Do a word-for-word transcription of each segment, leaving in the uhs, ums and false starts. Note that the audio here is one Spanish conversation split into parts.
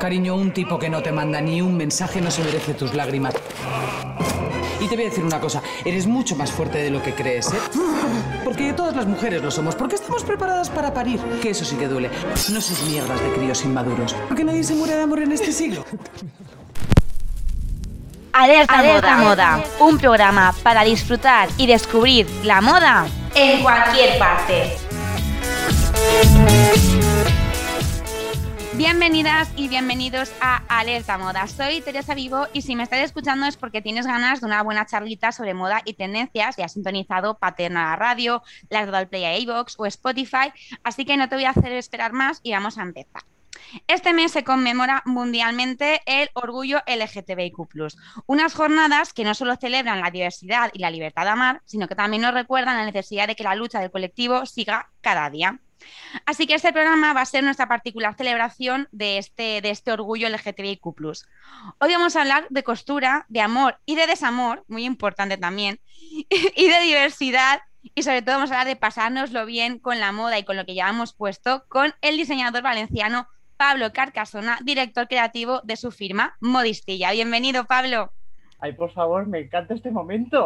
Cariño, un tipo que no te manda ni un mensaje no se merece tus lágrimas. Y te voy a decir una cosa, eres mucho más fuerte de lo que crees, ¿eh? Porque todas las mujeres lo somos, porque estamos preparadas para parir. Que eso sí que duele. No sus mierdas de críos inmaduros. Porque nadie se muere de amor en este siglo. Alerta, Alerta moda. moda, un programa para disfrutar y descubrir la moda en cualquier parte. Bienvenidas y bienvenidos a Alerta Moda. Soy Teresa Vivo y si me estás escuchando es porque tienes ganas de una buena charlita sobre moda y tendencias y has sintonizado Paterna a la radio, las dado al play a iVoox o Spotify, así que no te voy a hacer esperar más y vamos a empezar. Este mes se conmemora mundialmente el Orgullo L G T B I Q plus, unas jornadas que no solo celebran la diversidad y la libertad de amar, sino que también nos recuerdan la necesidad de que la lucha del colectivo siga cada día. Así que este programa va a ser nuestra particular celebración de este, de este Orgullo L G T B I Q plus. Hoy vamos a hablar de costura, de amor y de desamor, muy importante también, y de diversidad. Y sobre todo vamos a hablar de pasárnoslo bien con la moda y con lo que llevamos puesto con el diseñador valenciano Pablo Carcasona, director creativo de su firma Modistilla. Bienvenido, Pablo. Ay, por favor, me encanta este momento.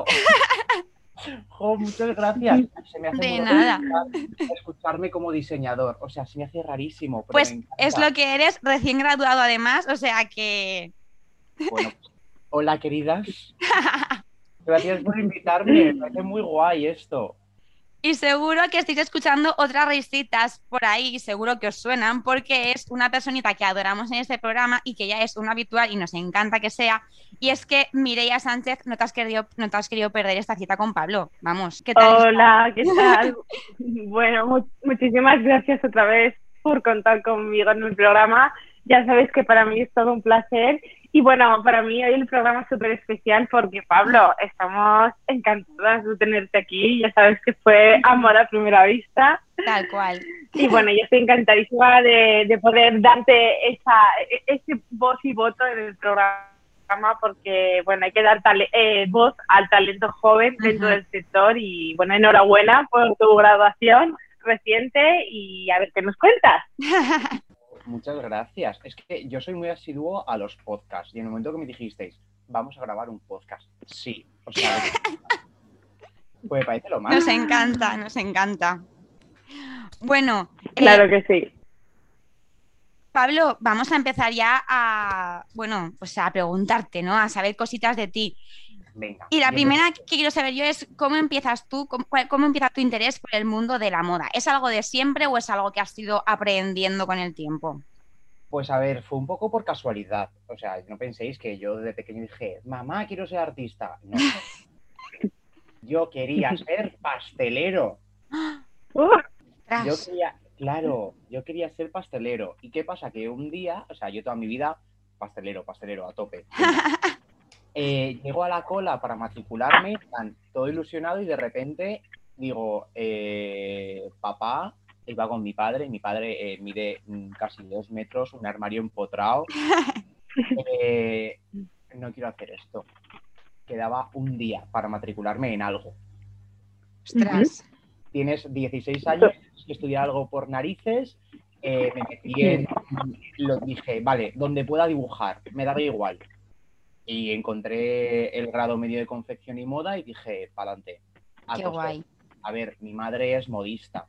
Jo, muchas gracias. Se me hace de muy nada. Escucharme como diseñador. O sea, se me hace rarísimo. Pero pues me es lo que eres, recién graduado además, o sea que... Bueno, pues, hola, queridas. Gracias por invitarme. Me parece muy guay esto. Y seguro que estáis escuchando otras risitas por ahí, seguro que os suenan, porque es una personita que adoramos en este programa y que ya es un habitual y nos encanta que sea. Y es que Mireia Sánchez, no te has querido, no te has querido perder esta cita con Pablo. Vamos, ¿qué tal? Hola, ¿qué tal? Bueno, mu- muchísimas gracias otra vez por contar conmigo en el programa. Ya sabéis que para mí es todo un placer. Y bueno, para mí hoy el programa es súper especial porque, Pablo, estamos encantadas de tenerte aquí. Ya sabes que fue amor a primera vista. Tal cual. Y bueno, yo estoy encantadísima de, de poder darte esa, ese voz y voto en el programa porque, bueno, hay que dar tale- eh, voz al talento joven dentro uh-huh. del sector. Y, bueno, enhorabuena por tu graduación reciente y a ver qué nos cuentas. Muchas gracias. Es que yo soy muy asiduo a los podcasts y en el momento que me dijisteis, vamos a grabar un podcast, sí. O sea, pues me parece lo más. Nos encanta, nos encanta. Bueno. Claro eh, que sí. Pablo, vamos a empezar ya a, bueno, pues a preguntarte, ¿no? A saber cositas de ti. Venga, y la bien. primera que quiero saber yo es cómo empiezas tú, cómo, cómo empieza tu interés por el mundo de la moda. ¿Es algo de siempre o es algo que has ido aprendiendo con el tiempo? Pues a ver, fue un poco por casualidad. O sea, no penséis que yo desde pequeño dije, mamá, quiero ser artista. No. Yo quería ser pastelero. Yo quería, claro, yo quería ser pastelero. ¿Y qué pasa? Que un día, o sea, yo toda mi vida, pastelero, pastelero, a tope. Eh, llego a la cola para matricularme, tan, todo ilusionado y de repente digo, eh, papá, iba con mi padre, mi padre eh, mide mm, casi dos metros, un armario empotrado, eh, no quiero hacer esto. Quedaba un día para matricularme en algo. ¡Ostras! Tienes dieciséis años, tienes que estudiar algo por narices, eh, me metí en, lo dije, vale, donde pueda dibujar, me daba igual. Y encontré el grado medio de confección y moda y dije, pa'lante. Qué guay. A ver, mi madre es modista.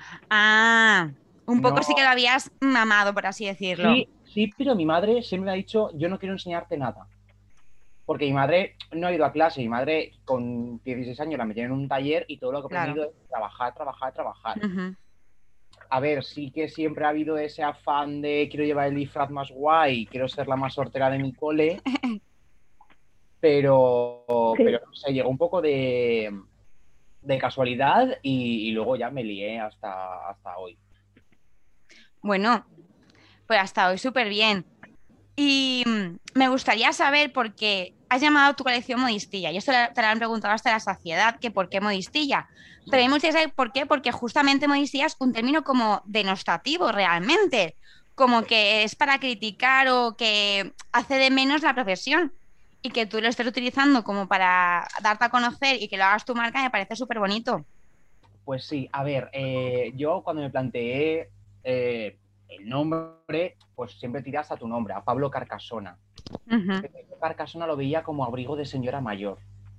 Ah, un poco no... sí que lo habías mamado, por así decirlo. Sí, sí, pero mi madre siempre me ha dicho, yo no quiero enseñarte nada. Porque mi madre no ha ido a clase, mi madre con dieciséis años la metió en un taller y todo lo que he aprendido claro. es trabajar, trabajar, trabajar. Uh-huh. A ver, sí que siempre ha habido ese afán de quiero llevar el disfraz más guay, quiero ser la más sortera de mi cole. Pero, sí. pero no sé, llegó un poco de, de casualidad y, y luego ya me lié hasta, hasta hoy. Bueno, pues hasta hoy súper bien. Y me gustaría saber por qué has llamado a tu colección Modistilla. Y esto te lo han preguntado hasta la saciedad, que por qué Modistilla. Pero a mí me gustaría saber por qué, porque justamente Modistilla es un término como denostativo realmente. Como que es para criticar o que hace de menos la profesión. Y que tú lo estés utilizando como para darte a conocer y que lo hagas tu marca me parece súper bonito. Pues sí, a ver, eh, yo cuando me planteé eh, el nombre, pues siempre tiras a tu nombre, a Pablo Carcasona. Ujú. Carcasona lo veía como abrigo de señora mayor.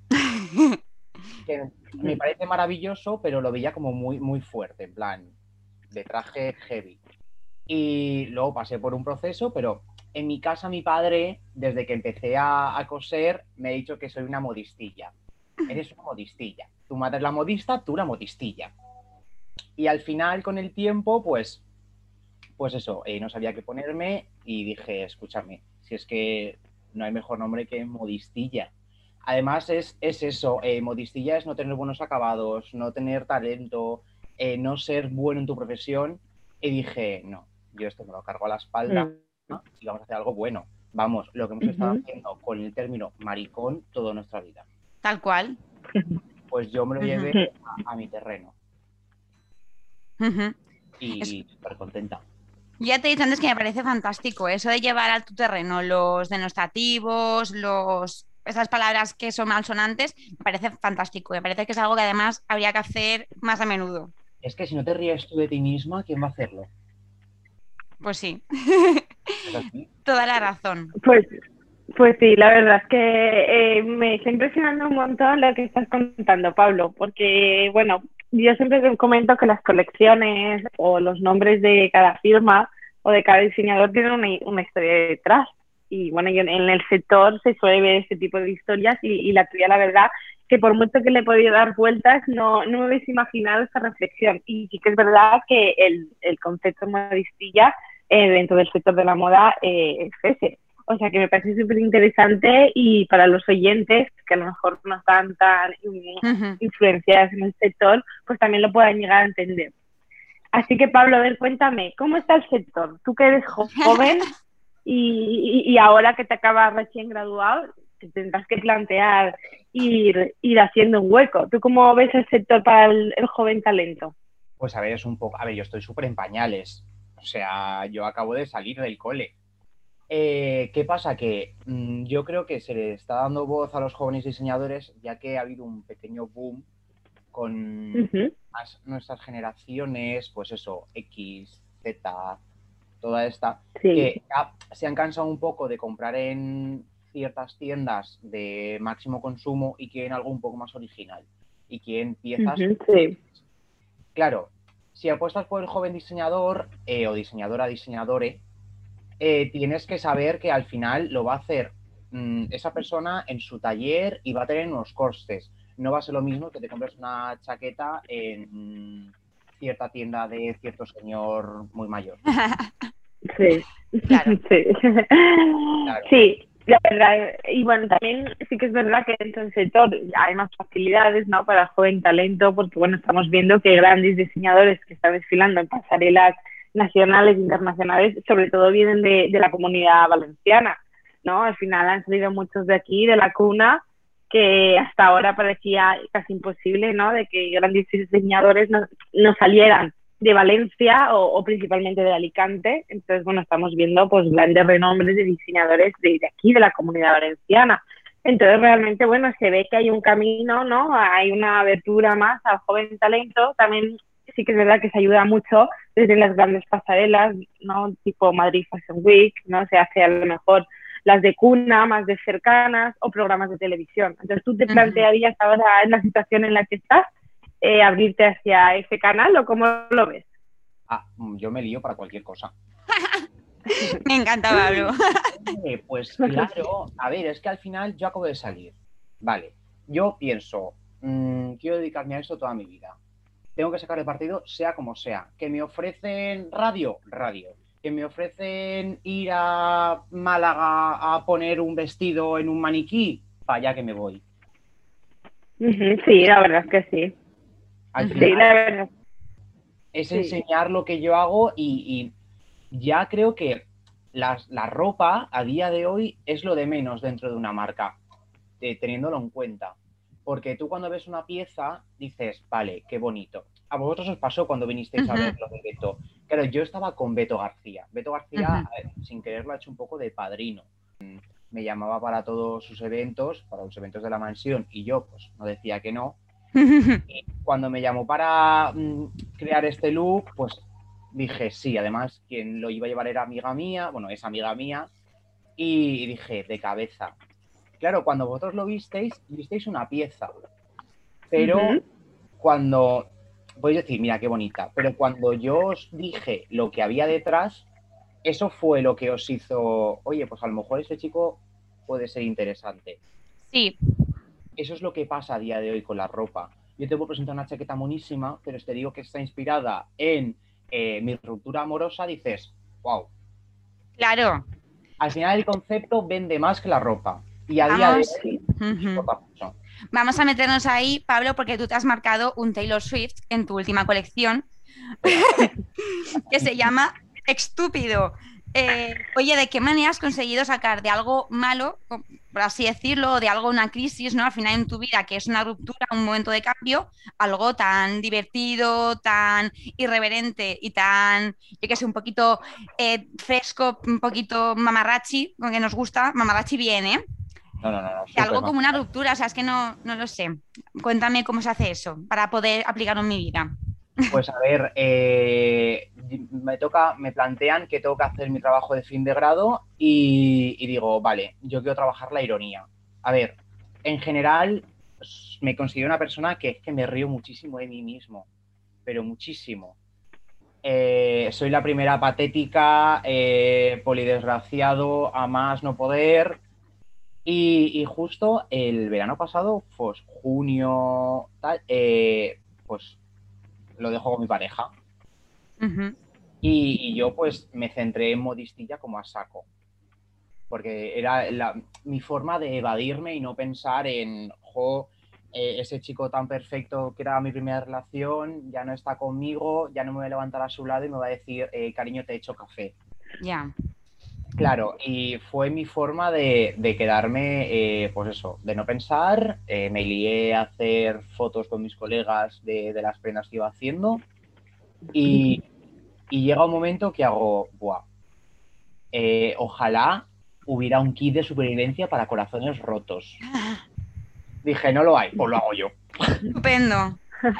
Que me parece maravilloso, pero lo veía como muy, muy fuerte, en plan, de traje heavy. Y luego pasé por un proceso, pero en mi casa mi padre, desde que empecé a, a coser, me ha dicho que soy una modistilla. Eres una modistilla. Tu madre es la modista, tú la modistilla. Y al final, con el tiempo, pues, pues eso, eh, no sabía qué ponerme y dije, escúchame, si es que no hay mejor nombre que modistilla. Además, es, es eso, eh, modistilla es no tener buenos acabados, no tener talento, eh, no ser bueno en tu profesión. Y dije, no, yo esto me lo cargo a la espalda, ¿no? Y vamos a hacer algo bueno. Vamos, lo que hemos estado Ujú. haciendo con el término maricón toda nuestra vida. Tal cual. Pues yo me lo llevé Ujú. a, a mi terreno Ujú. Es- y súper contenta. Ya te he dicho antes que me parece fantástico eso de llevar a tu terreno los denostativos, los, esas palabras que son malsonantes, me parece fantástico. Me parece que es algo que además habría que hacer más a menudo. Es que si no te ríes tú de ti misma, ¿quién va a hacerlo? Pues sí, Es así. toda la razón. Pues, pues sí, la verdad es que eh, me está impresionando un montón lo que estás contando, Pablo, porque, bueno, yo siempre te comento que las colecciones o los nombres de cada firma o de cada diseñador tienen una, una historia detrás. Y bueno, yo, en el sector se suele ver este tipo de historias y, y la tuya, la verdad, que por mucho que le he podido dar vueltas, no, no me hubiese imaginado esta reflexión. Y sí que es verdad que el, el concepto modistilla eh, dentro del sector de la moda eh, es ese. O sea que me parece súper interesante y para los oyentes que a lo mejor no están tan Ujú. influenciadas en el sector, pues también lo puedan llegar a entender. Así que Pablo, a ver, cuéntame, ¿cómo está el sector? Tú que eres joven y, y, y ahora que te acabas recién graduado, te tendrás que plantear ir, ir haciendo un hueco. ¿Tú cómo ves el sector para el, el joven talento? Pues a ver, es un poco... A ver, yo estoy súper en pañales. O sea, yo acabo de salir del cole. Eh, ¿qué pasa? Que mmm, yo creo que se le está dando voz a los jóvenes diseñadores, ya que ha habido un pequeño boom con Uh-huh. las, nuestras generaciones, pues eso, X, Z, toda esta, Sí. que ya se han cansado un poco de comprar en ciertas tiendas de máximo consumo y quieren algo un poco más original. Y quieren piezas... Uh-huh. Sí. Claro, si apuestas por el joven diseñador eh, o diseñadora, diseñadore, eh, tienes que saber que al final lo va a hacer mmm, esa persona en su taller y va a tener unos costes. No va a ser lo mismo que te compres una chaqueta en mmm, cierta tienda de cierto señor muy mayor. Sí. Claro. Sí. Claro. Sí, la verdad. Y bueno, también sí que es verdad que dentro del sector hay más facilidades, ¿no? Para el joven talento, porque bueno, estamos viendo que grandes diseñadores que están desfilando en pasarelas nacionales e internacionales, sobre todo vienen de, de la comunidad valenciana, ¿no? Al final han salido muchos de aquí, de la cuna, que hasta ahora parecía casi imposible, ¿no? De que grandes diseñadores no, no salieran de Valencia o, o principalmente de Alicante. Entonces, bueno, estamos viendo pues grandes renombres de diseñadores de, de aquí, de la comunidad valenciana. Entonces, realmente, bueno, se ve que hay un camino, ¿no? Hay una abertura más al joven talento. También sí que es verdad que se ayuda mucho desde las grandes pasarelas, ¿no? Tipo Madrid Fashion Week, ¿no? Se hace a lo mejor las de cuna, más de cercanas, o programas de televisión. Entonces, ¿tú te Ujú. plantearías ahora en la situación en la que estás eh, abrirte hacia ese canal o cómo lo ves? Ah, yo me lío para cualquier cosa. Me encanta, Pablo. Eh, pues claro, a ver, es que al final yo acabo de salir. Vale, yo pienso, mmm, quiero dedicarme a esto toda mi vida. Tengo que sacar el partido sea como sea. Que me ofrecen radio, radio. Que me ofrecen ir a Málaga a poner un vestido en un maniquí, para allá que me voy. Sí, la verdad es que sí. Al Ujú. final Sí, la verdad. es Sí. enseñar lo que yo hago y, y ya creo que las, la ropa a día de hoy es lo de menos dentro de una marca, eh, teniéndolo en cuenta. Porque tú cuando ves una pieza dices, vale, qué bonito. A vosotros os pasó cuando vinisteis a ver Ujú. lo de Beto. Claro, yo estaba con Beto García. Beto García, Ujú. eh, sin querer, lo ha hecho un poco de padrino. Me llamaba para todos sus eventos, para los eventos de la mansión, y yo pues no decía que no. Y cuando me llamó para mm, crear este look, pues dije sí, además quien lo iba a llevar era amiga mía, bueno, es amiga mía, y dije, de cabeza. Claro, cuando vosotros lo visteis, visteis una pieza, pero Ujú. cuando, podéis decir, mira qué bonita, pero cuando yo os dije lo que había detrás, eso fue lo que os hizo, oye, pues a lo mejor ese chico puede ser interesante. Sí, Eso es lo que pasa a día de hoy con la ropa. Yo te puedo presentar una chaqueta monísima, pero si te digo que está inspirada en eh, mi ruptura amorosa, dices, wow. claro. Al final el concepto vende más que la ropa. Y a día de Vamos. hoy Ujú. importa mucho. Vamos a meternos ahí, Pablo, porque tú te has marcado un Taylor Swift en tu última colección Espera, que se llama Estúpido. Eh, oye, ¿de qué manera has conseguido sacar de algo malo, por así decirlo, o de algo, una crisis, ¿no? Al final en tu vida, que es una ruptura, un momento de cambio, algo tan divertido, tan irreverente y tan, yo que sé, un poquito eh, fresco, un poquito mamarrachi, con que nos gusta, mamarrachi bien, ¿eh? no, no, no, no, De súper algo mal. como una ruptura, o sea, es que no, no lo sé. Cuéntame cómo se hace eso para poder aplicarlo en mi vida. Pues a ver, eh, me toca, me plantean que tengo que hacer mi trabajo de fin de grado y, y digo, vale, yo quiero trabajar la ironía. A ver, en general me considero una persona que es que me río muchísimo de mí mismo, pero muchísimo. Eh, soy la primera patética, eh, polidesgraciado, a más no poder. Y, y justo el verano pasado, pues junio, tal, eh, pues lo dejo con mi pareja. Ujú. Y, y yo pues me centré en modistilla como a saco, porque era la, mi forma de evadirme y no pensar en, jo, eh, ese chico tan perfecto que era mi primera relación, ya no está conmigo, ya no me voy a levantar a su lado y me va a decir, eh, cariño, te he hecho café. Ya. Claro, y fue mi forma de, de quedarme, eh, pues eso, de no pensar, eh, me lié a hacer fotos con mis colegas de, de las prendas que iba haciendo y, y llega un momento que hago, buah, eh, ojalá hubiera un kit de supervivencia para corazones rotos. Dije, no lo hay, pues lo hago yo. Estupendo.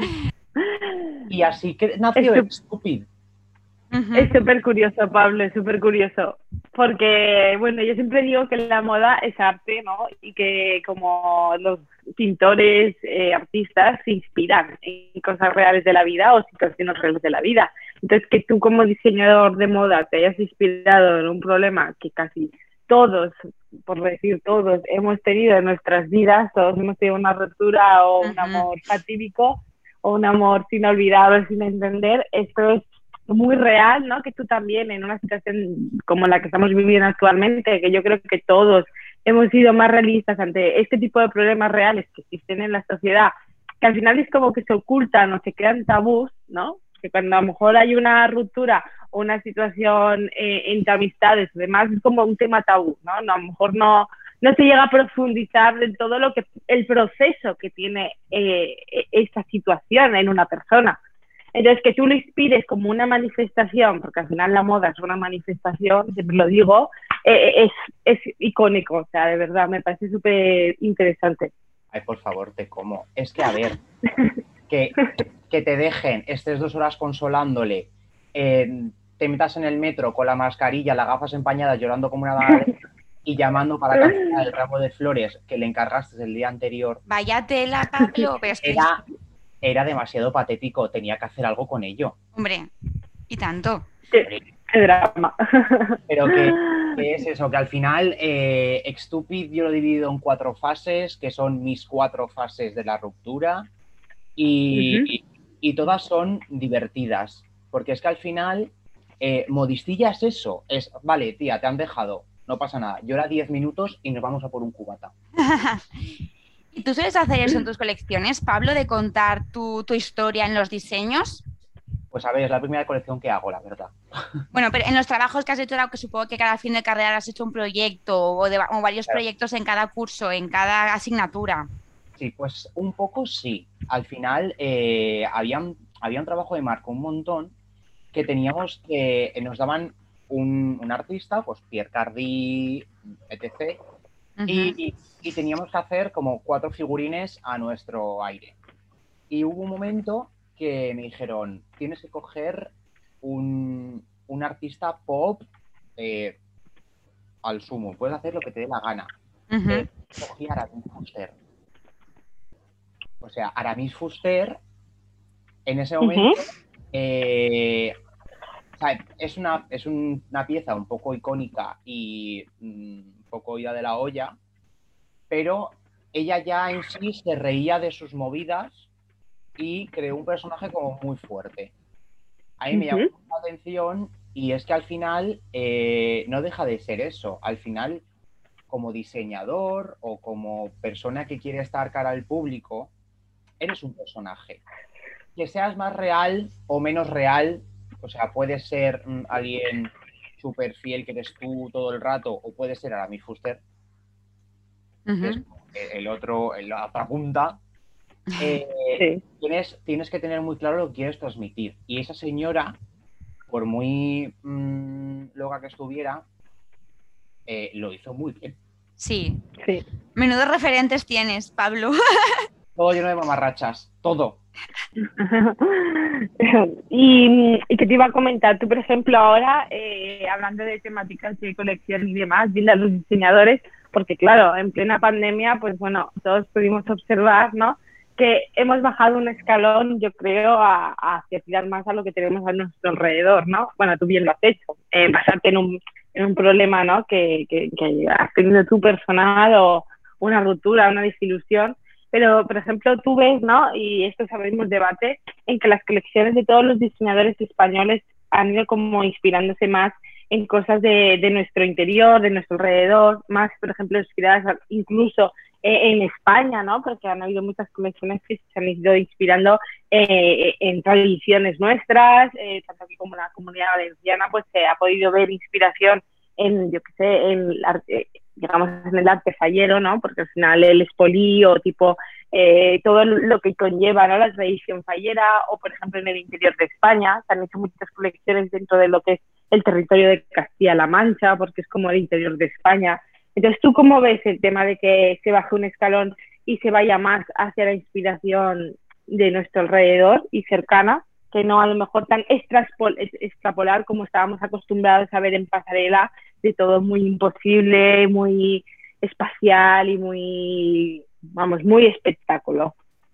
Y así que Es nació su- Stupid. es Ujú. súper curioso, Pablo, es súper curioso. Porque, bueno, yo siempre digo que la moda es arte, ¿no? Y que como los pintores, eh, artistas se inspiran en cosas reales de la vida o situaciones reales de la vida. Entonces, que tú como diseñador de moda te hayas inspirado en un problema que casi todos, por decir todos, hemos tenido en nuestras vidas, todos hemos tenido una ruptura o un Ujú. amor fatídico o un amor sin olvidar o sin entender, esto es muy real, ¿no? Que tú también en una situación como la que estamos viviendo actualmente, que yo creo que todos hemos sido más realistas ante este tipo de problemas reales que existen en la sociedad, que al final es como que se ocultan o se crean tabús, ¿no? Que cuando a lo mejor hay una ruptura o una situación eh, entre amistades, además es como un tema tabú, ¿no? no a lo mejor no, no se llega a profundizar de todo lo que el proceso que tiene eh, esta situación en una persona. Entonces, que tú lo inspires como una manifestación, porque al final la moda es una manifestación, siempre lo digo, eh, es, es icónico, o sea, de verdad, me parece súper interesante. Ay, por favor, te como. Es que, a ver, que, que te dejen, estés dos horas consolándole, eh, te metas en el metro con la mascarilla, las gafas empañadas, llorando como una magdalena y llamando para cancelar el ramo de flores que le encargaste el día anterior, Vaya tela, Pablo, pero es que, era, era demasiado patético, tenía que hacer algo con ello. hombre, y tanto. Qué, qué drama. Pero que, que es eso, que al final eh, Stupid yo lo he dividido en cuatro fases, que son mis cuatro fases de la ruptura, y, Uh-huh. y, y todas son divertidas, porque es que al final eh, modistilla es eso, es, vale, tía, te han dejado, no pasa nada, llora diez minutos y nos vamos a por un cubata. ¿Y tú sueles hacer eso en tus colecciones, Pablo, de contar tu, tu historia en los diseños? Pues a ver, es la primera colección que hago, la verdad. Bueno, pero en los trabajos que has hecho, que supongo que cada fin de carrera has hecho un proyecto o, de, o varios Claro. proyectos en cada curso, en cada asignatura. Sí, pues un poco sí. Al final eh, había, un, había un trabajo de marco un montón que teníamos que, nos daban un, un artista, pues Pierre Cardin, etcétera, Uh-huh. y, y teníamos que hacer como cuatro figurines a nuestro aire. Y hubo un momento que me dijeron, tienes que coger un, un artista pop eh, al sumo. Puedes hacer lo que te dé la gana. Ujú. Eh, cogí a Aramis Fuster. O sea, Aramis Fuster, en ese momento, Ujú. eh, o sea, es, una, es un- una pieza un poco icónica y mm, un poco ida de la olla, pero ella ya en sí se reía de sus movidas y creó un personaje como muy fuerte. A mí me llamó Ujú. la atención y es que al final eh, no deja de ser eso. Al final, como diseñador o como persona que quiere estar cara al público, eres un personaje. Que seas más real o menos real, o sea, puedes ser mm, alguien súper fiel que eres tú todo el rato, o puedes ser Aramis Fuster, que es Ujú. el otro, en la otra punta. Eh, Sí. tienes, tienes que tener muy claro lo que quieres transmitir. Y esa señora, por muy mmm, loca que estuviera, eh, lo hizo muy bien. Sí. Sí. Menudos referentes tienes, Pablo. Todo lleno de mamarrachas, todo. y, y que te iba a comentar, tú por ejemplo ahora, eh, hablando de temáticas de colección y demás, dile a los diseñadores, porque claro, en plena pandemia, pues bueno, todos pudimos observar, ¿no? Que hemos bajado un escalón, yo creo, a, a hacia tirar más a lo que tenemos a nuestro alrededor, ¿no? Bueno, tú bien lo has hecho, eh, basarte en un, en un problema, ¿no? Que, que, que has tenido tú personal o una ruptura, una desilusión. Pero, por ejemplo, tú ves, ¿no? Y esto sabemos debate, en que las colecciones de todos los diseñadores españoles han ido como inspirándose más en cosas de, de nuestro interior, de nuestro alrededor, más, por ejemplo, inspiradas incluso eh, en España, ¿no? Porque han habido muchas colecciones que se han ido inspirando eh, en tradiciones nuestras, eh, tanto aquí como la Comunidad Valenciana, pues se ha podido ver inspiración en, yo qué sé, en arte, digamos, en el arte fallero, ¿no? Porque al final el espolio, tipo, eh, todo lo que conlleva, ¿no? La tradición fallera, o por ejemplo en el interior de España, se han hecho muchas colecciones dentro de lo que es el territorio de Castilla-La Mancha, porque es como el interior de España. Entonces, ¿tú cómo ves el tema de que se baje un escalón y se vaya más hacia la inspiración de nuestro alrededor y cercana, que no a lo mejor tan extrapolar como estábamos acostumbrados a ver en pasarela, de todo muy imposible, muy espacial y muy, vamos, muy espectáculo?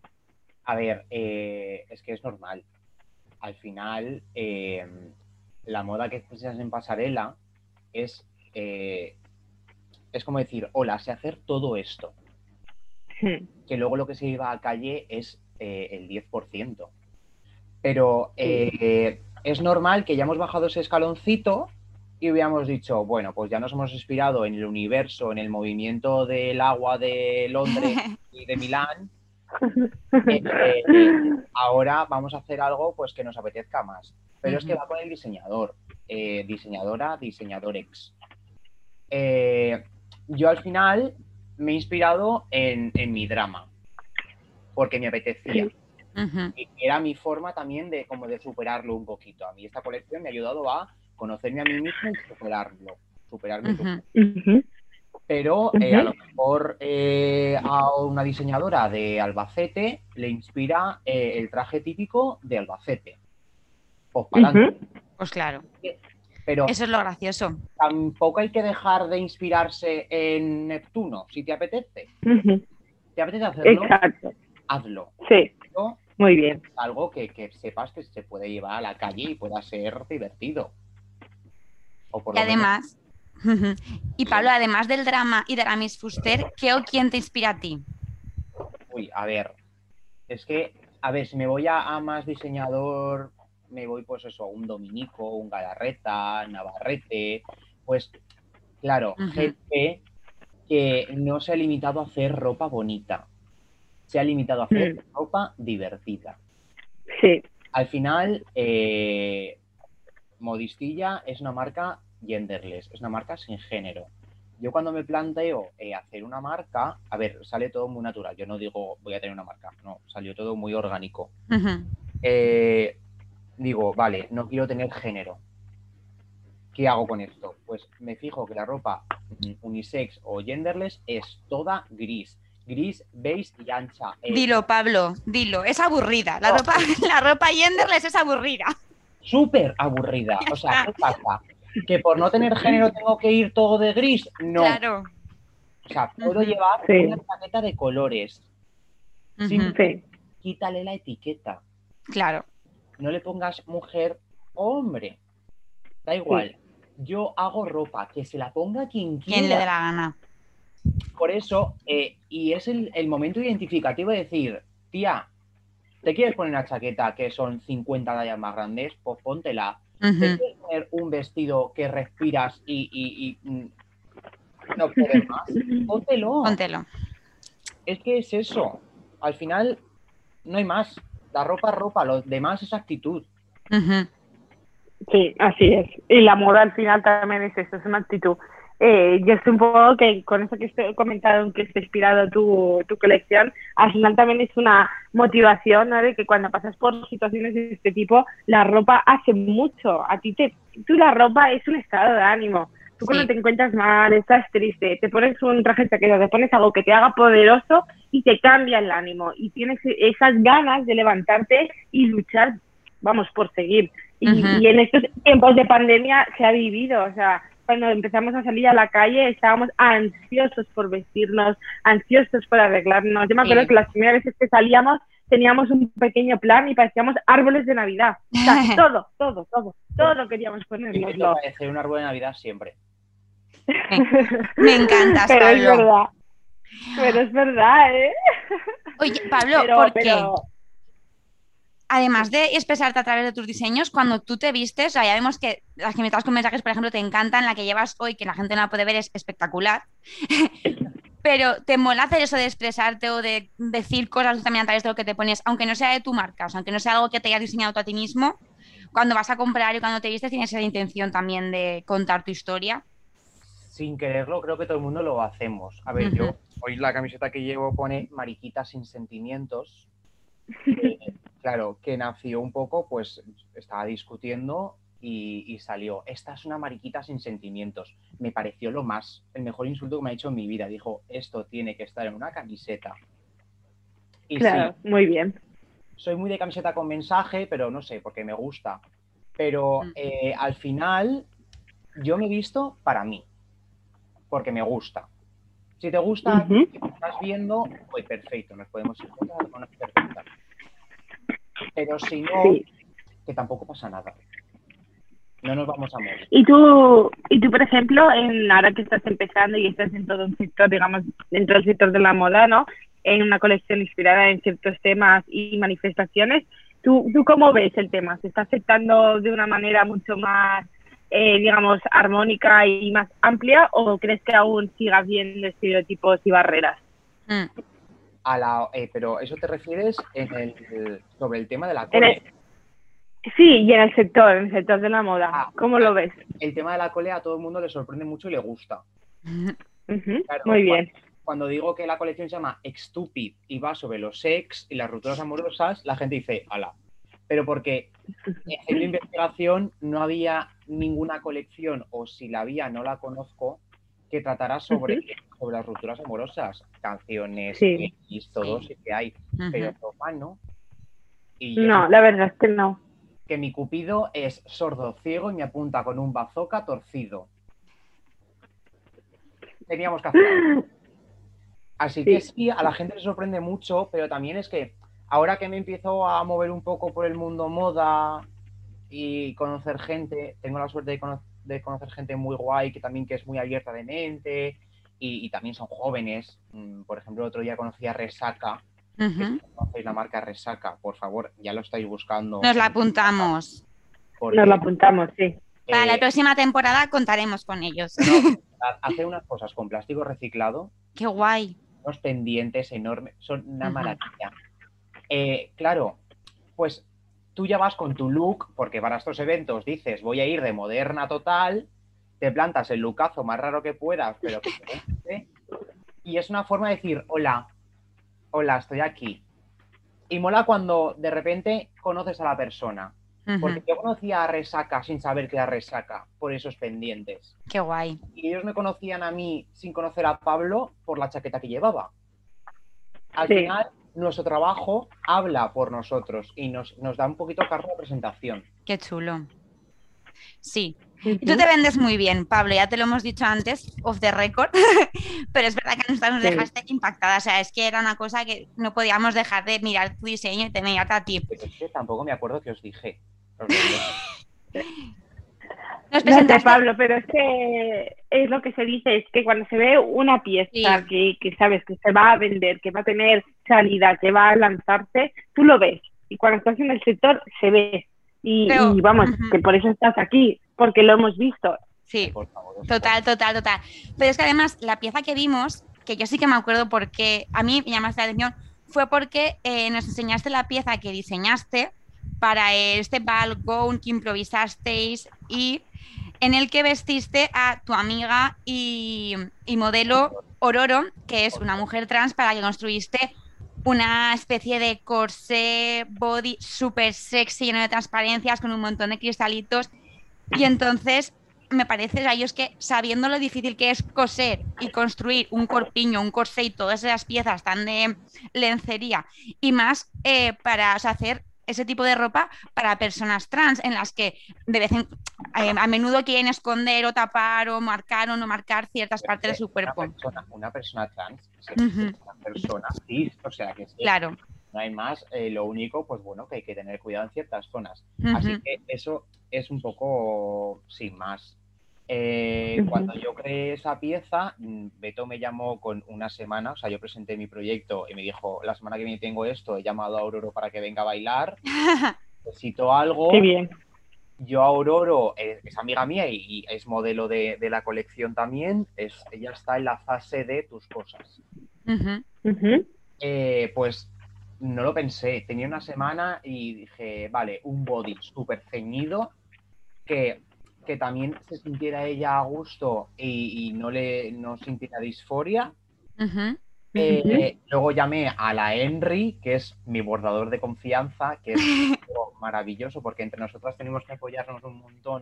A ver, eh, es que es normal. Al final, eh, la moda que expresas en pasarela es, eh, es como decir, hola, sé hacer todo esto. Sí. Que luego lo que se lleva a calle es eh, el diez por ciento. Pero eh, es normal que ya hemos bajado ese escaloncito y hubiéramos dicho, bueno, pues ya nos hemos inspirado en el universo, en el movimiento del agua de Londres y de Milán. Eh, eh, ahora vamos a hacer algo pues que nos apetezca más. Pero uh-huh. es que va con el diseñador, eh, diseñadora, diseñadorex. Eh, yo al final me he inspirado en, en mi drama, porque me apetecía. Uh-huh. Y era mi forma también de, como de superarlo un poquito. A mí esta colección me ha ayudado a conocerme a mí mismo y superarlo, superarme uh-huh. Uh-huh. Pero eh, uh-huh. a lo mejor eh, a una diseñadora de Albacete le inspira eh, el traje típico de Albacete. Pues para adelante. Uh-huh. Pues claro. Pero eso es lo gracioso. Tampoco hay que dejar de inspirarse en Neptuno, si te apetece. Uh-huh. ¿Te apetece hacerlo? Exacto. Hazlo. Sí. Pero muy bien. Algo que, que sepas que se puede llevar a la calle y pueda ser divertido. O por y además, menos... y Pablo, además del drama y de Aramis Fuster, ¿qué o quién te inspira a ti? Uy, a ver, es que, a ver, si me voy a, a más diseñador, me voy pues eso, un Dominico, un Galarreta, Navarrete, pues claro, uh-huh. gente que no se ha limitado a hacer ropa bonita, se ha limitado a hacer mm. ropa divertida. Sí. Al final, eh, Modistilla es una marca genderless, es una marca sin género. Yo cuando me planteo eh, hacer una marca, a ver, sale todo muy natural. Yo no digo voy a tener una marca, no, salió todo muy orgánico. Uh-huh. Eh, digo, vale, no quiero tener género. ¿Qué hago con esto? Pues me fijo que la ropa unisex o genderless es toda gris. Gris, beige y ancha. Eh. Dilo, Pablo, dilo, es aburrida. La, no. ropa, la ropa genderless es aburrida. súper aburrida. O sea, ¿qué pasa? ¿Que por no tener género tengo que ir todo de gris? No. Claro. O sea, puedo Ujú. llevar Sí. una chaqueta de colores. Ujú. Simplemente Sí. quítale la etiqueta. Claro. No le pongas mujer o hombre. Da igual. Yo hago ropa, que se la ponga quien quiera. Quien le dé la gana. Por eso, eh, y es el, el momento identificativo de decir, tía, ¿te quieres poner una chaqueta que son cincuenta tallas más grandes? Pues póntela. ¿Te Ujú. quieres poner un vestido que respiras y, y- y, mm, no poder más? Póntelo. Póntelo. Es que es eso. Al final, no hay más. La ropa es ropa, lo demás es actitud. Ujú. Sí, así es. Y la moda al final también es eso, es una actitud. Eh, yo estoy un poco que con eso que he comentado, que está inspirado tu, tu colección, al final también es una motivación, ¿no? De que cuando pasas por situaciones de este tipo, la ropa hace mucho. A ti te, tú la ropa es un estado de ánimo. Tú Sí. cuando te encuentras mal, estás triste, te pones un traje de chaqueta, te pones algo que te haga poderoso y te cambia el ánimo. Y tienes esas ganas de levantarte y luchar, vamos, por seguir. Y, Ujú. y en estos tiempos de pandemia se ha vivido, o sea, cuando empezamos a salir a la calle estábamos ansiosos por vestirnos, ansiosos por arreglarnos. Yo me acuerdo Sí. que las primeras veces que salíamos teníamos un pequeño plan y parecíamos árboles de Navidad. O sea, todo, todo, todo, todo queríamos Y me ponérnoslo. parece un árbol de Navidad siempre. Me encantas, Pero es Pablo. verdad, pero es verdad, ¿eh? Oye, Pablo, Pero, ¿por qué? pero, Además de expresarte a través de tus diseños, cuando tú te vistes, o sea, ya vemos que las camisetas con mensajes, por ejemplo, te encantan, la que llevas hoy, que la gente no la puede ver, es espectacular. Pero ¿te mola hacer eso de expresarte o de decir cosas también a través de lo que te pones, aunque no sea de tu marca, o sea, aunque no sea algo que te hayas diseñado tú a ti mismo? Cuando vas a comprar y cuando te vistes, tienes esa intención también de contar tu historia. Sin quererlo, creo que todo el mundo lo hacemos. A ver, Ujú. yo, hoy la camiseta que llevo pone mariquita sin sentimientos. Eh, claro, que nació un poco, pues estaba discutiendo y, y salió. Esta es una mariquita sin sentimientos. Me pareció lo más, el mejor insulto que me ha hecho en mi vida. Dijo, esto tiene que estar en una camiseta. Y claro, sí, muy bien. soy muy de camiseta con mensaje, pero no sé, porque me gusta. Pero Mm. eh, al final, yo me he visto para mí, porque me gusta. Si te gusta, Ujú. si me estás viendo, pues perfecto, nos podemos encontrar con una perfecta. Pero si no, Sí. que tampoco pasa nada. No nos vamos a morir. Y tú, y tú, por ejemplo, en, ahora que estás empezando y estás en todo un sector, digamos, dentro del sector de la moda, ¿no? En una colección inspirada en ciertos temas y manifestaciones, ¿tú, tú cómo ves el tema? ¿Se está aceptando de una manera mucho más, eh, digamos, armónica y más amplia o crees que aún siga habiendo estereotipos y barreras? Mm. A la, eh, pero eso te refieres en el, sobre el tema de la En cole. el- sí, y en el sector, en el sector de la moda, Ah, ¿cómo lo ves? El tema de la cole a todo el mundo le sorprende mucho y le gusta. Ujú, Claro, muy bien. Cuando, cuando digo que la colección se llama Stupid y va sobre los ex y las rupturas amorosas, la gente dice, ala. Pero porque haciendo investigación no había ninguna colección, o si la había, no la conozco, que tratara sobre, Ujú. sobre las rupturas amorosas. Canciones, Sí. X, todo Sí. sí que hay, Ujú. pero ropa no. Y yo No, la verdad es que no. que mi cupido es sordo ciego y me apunta con un bazooka torcido. Teníamos que hacer algo. Así que Sí. sí, a la gente le sorprende mucho, pero también es que ahora que me empiezo a mover un poco por el mundo moda y conocer gente, tengo la suerte de, cono de conocer gente muy guay, que también que es muy abierta de mente y, y también son jóvenes. Por ejemplo, el otro día conocí a Resaca, Ujú. que si no conocéis la marca Resaca, por favor, ya lo estáis buscando. Nos la en- apuntamos. porque, Nos lo apuntamos, sí. Para la eh, próxima temporada contaremos con ellos. no, hace unas cosas con plástico reciclado, Qué guay. unos pendientes enormes, son una Ujú. maravilla. Eh, claro, pues tú ya vas con tu look, porque para estos eventos dices, voy a ir de moderna total, te plantas el lookazo más raro que puedas, pero que te guste, y es una forma de decir, hola, hola, estoy aquí. Y mola cuando de repente conoces a la persona, porque Ujú. yo conocía a Resaca sin saber que era Resaca, por esos pendientes. Qué guay. Y ellos me conocían a mí sin conocer a Pablo por la chaqueta que llevaba. Al Sí. final nuestro trabajo habla por nosotros y nos, nos da un poquito cargo de presentación. Qué chulo. Sí. Uh Y tú te vendes muy bien, Pablo, ya te lo hemos dicho antes, off the record, pero es verdad que a nosotros nos Sí. dejaste impactadas, o sea, es que era una cosa que no podíamos dejar de mirar tu diseño y te mirarte a ti. Pero es que tampoco me acuerdo que os dije. Os lo digo. Nos No sé, presentaste... Pablo, pero es que es lo que se dice, es que cuando se ve una pieza Sí. que, que sabes que se va a vender, que va a tener salida, que va a lanzarse, tú lo ves. Y cuando estás en el sector, se ve. Y, Pero- y vamos, Ujú. que por eso estás aquí, porque lo hemos visto. Sí. Por favor, os Total, total, total. Pero es que además la pieza que vimos, que yo sí que me acuerdo porque a mí me llamaste la atención, fue porque eh, nos enseñaste la pieza que diseñaste para este bal gown que improvisasteis y en el que vestiste a tu amiga y, y modelo Ororo, que es una mujer trans para que construiste una especie de corsé body súper sexy, lleno de transparencias, con un montón de cristalitos. Y entonces me parece, o sea, yo es que sabiendo lo difícil que es coser y construir un corpiño, un corsé y todas esas piezas tan de lencería y más eh, para o sea, hacer ese tipo de ropa para personas trans en las que de vez en, eh, a menudo quieren esconder o tapar o marcar o no marcar ciertas partes de su cuerpo. Una persona, una persona trans es Ujú. una persona cis, o sea que es que Claro. no hay más. Eh, lo único, pues bueno, que hay que tener cuidado en ciertas zonas. Ujú. Así que eso es un poco sin más. Eh, Ujú. Cuando yo creé esa pieza, mm, Beto me llamó con una semana, o sea, yo presenté mi proyecto y me dijo, la semana que viene tengo esto, he llamado a Aurora para que venga a bailar, necesito algo. Qué bien. Yo a Aurora eh, es amiga mía y, y es modelo de, de la colección también, es, ella está en la fase de tus cosas. Ujú. Ujú. Eh, pues no lo pensé, tenía una semana y dije, vale, un body súper ceñido que, que también se sintiera ella a gusto y, y no le no sintiera disforia. Ujú. Eh, luego llamé a la Henry, que es mi bordador de confianza, que es algo maravilloso porque entre nosotras tenemos que apoyarnos un montón.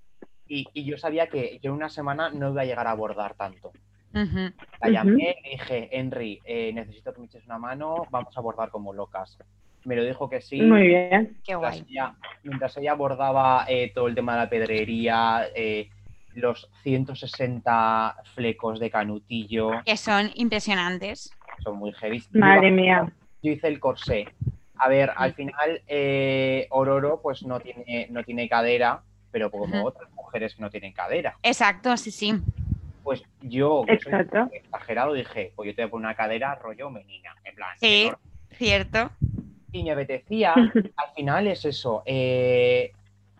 Y, y yo sabía que yo en una semana no iba a llegar a bordar tanto. Ujú. La llamé y le dije, Henry, eh, necesito que me eches una mano, vamos a bordar como locas. Me lo dijo que sí. Muy bien. Qué Mientras guay. ella, mientras ella abordaba eh, todo el tema de la pedrería, eh, los ciento sesenta flecos de canutillo, Que son impresionantes. son muy heavy. Madre Yo, mía. yo hice el corsé. A ver, al final, eh, Ororo pues no tiene, no tiene cadera, pero como Ujú. otras mujeres que no tienen cadera. Exacto, sí, sí. Pues yo, que soy Exacto. exagerado, dije, pues yo te voy a poner una cadera rollo menina, en plan, Sí, enorme. cierto. Y me apetecía, al final es eso. eh,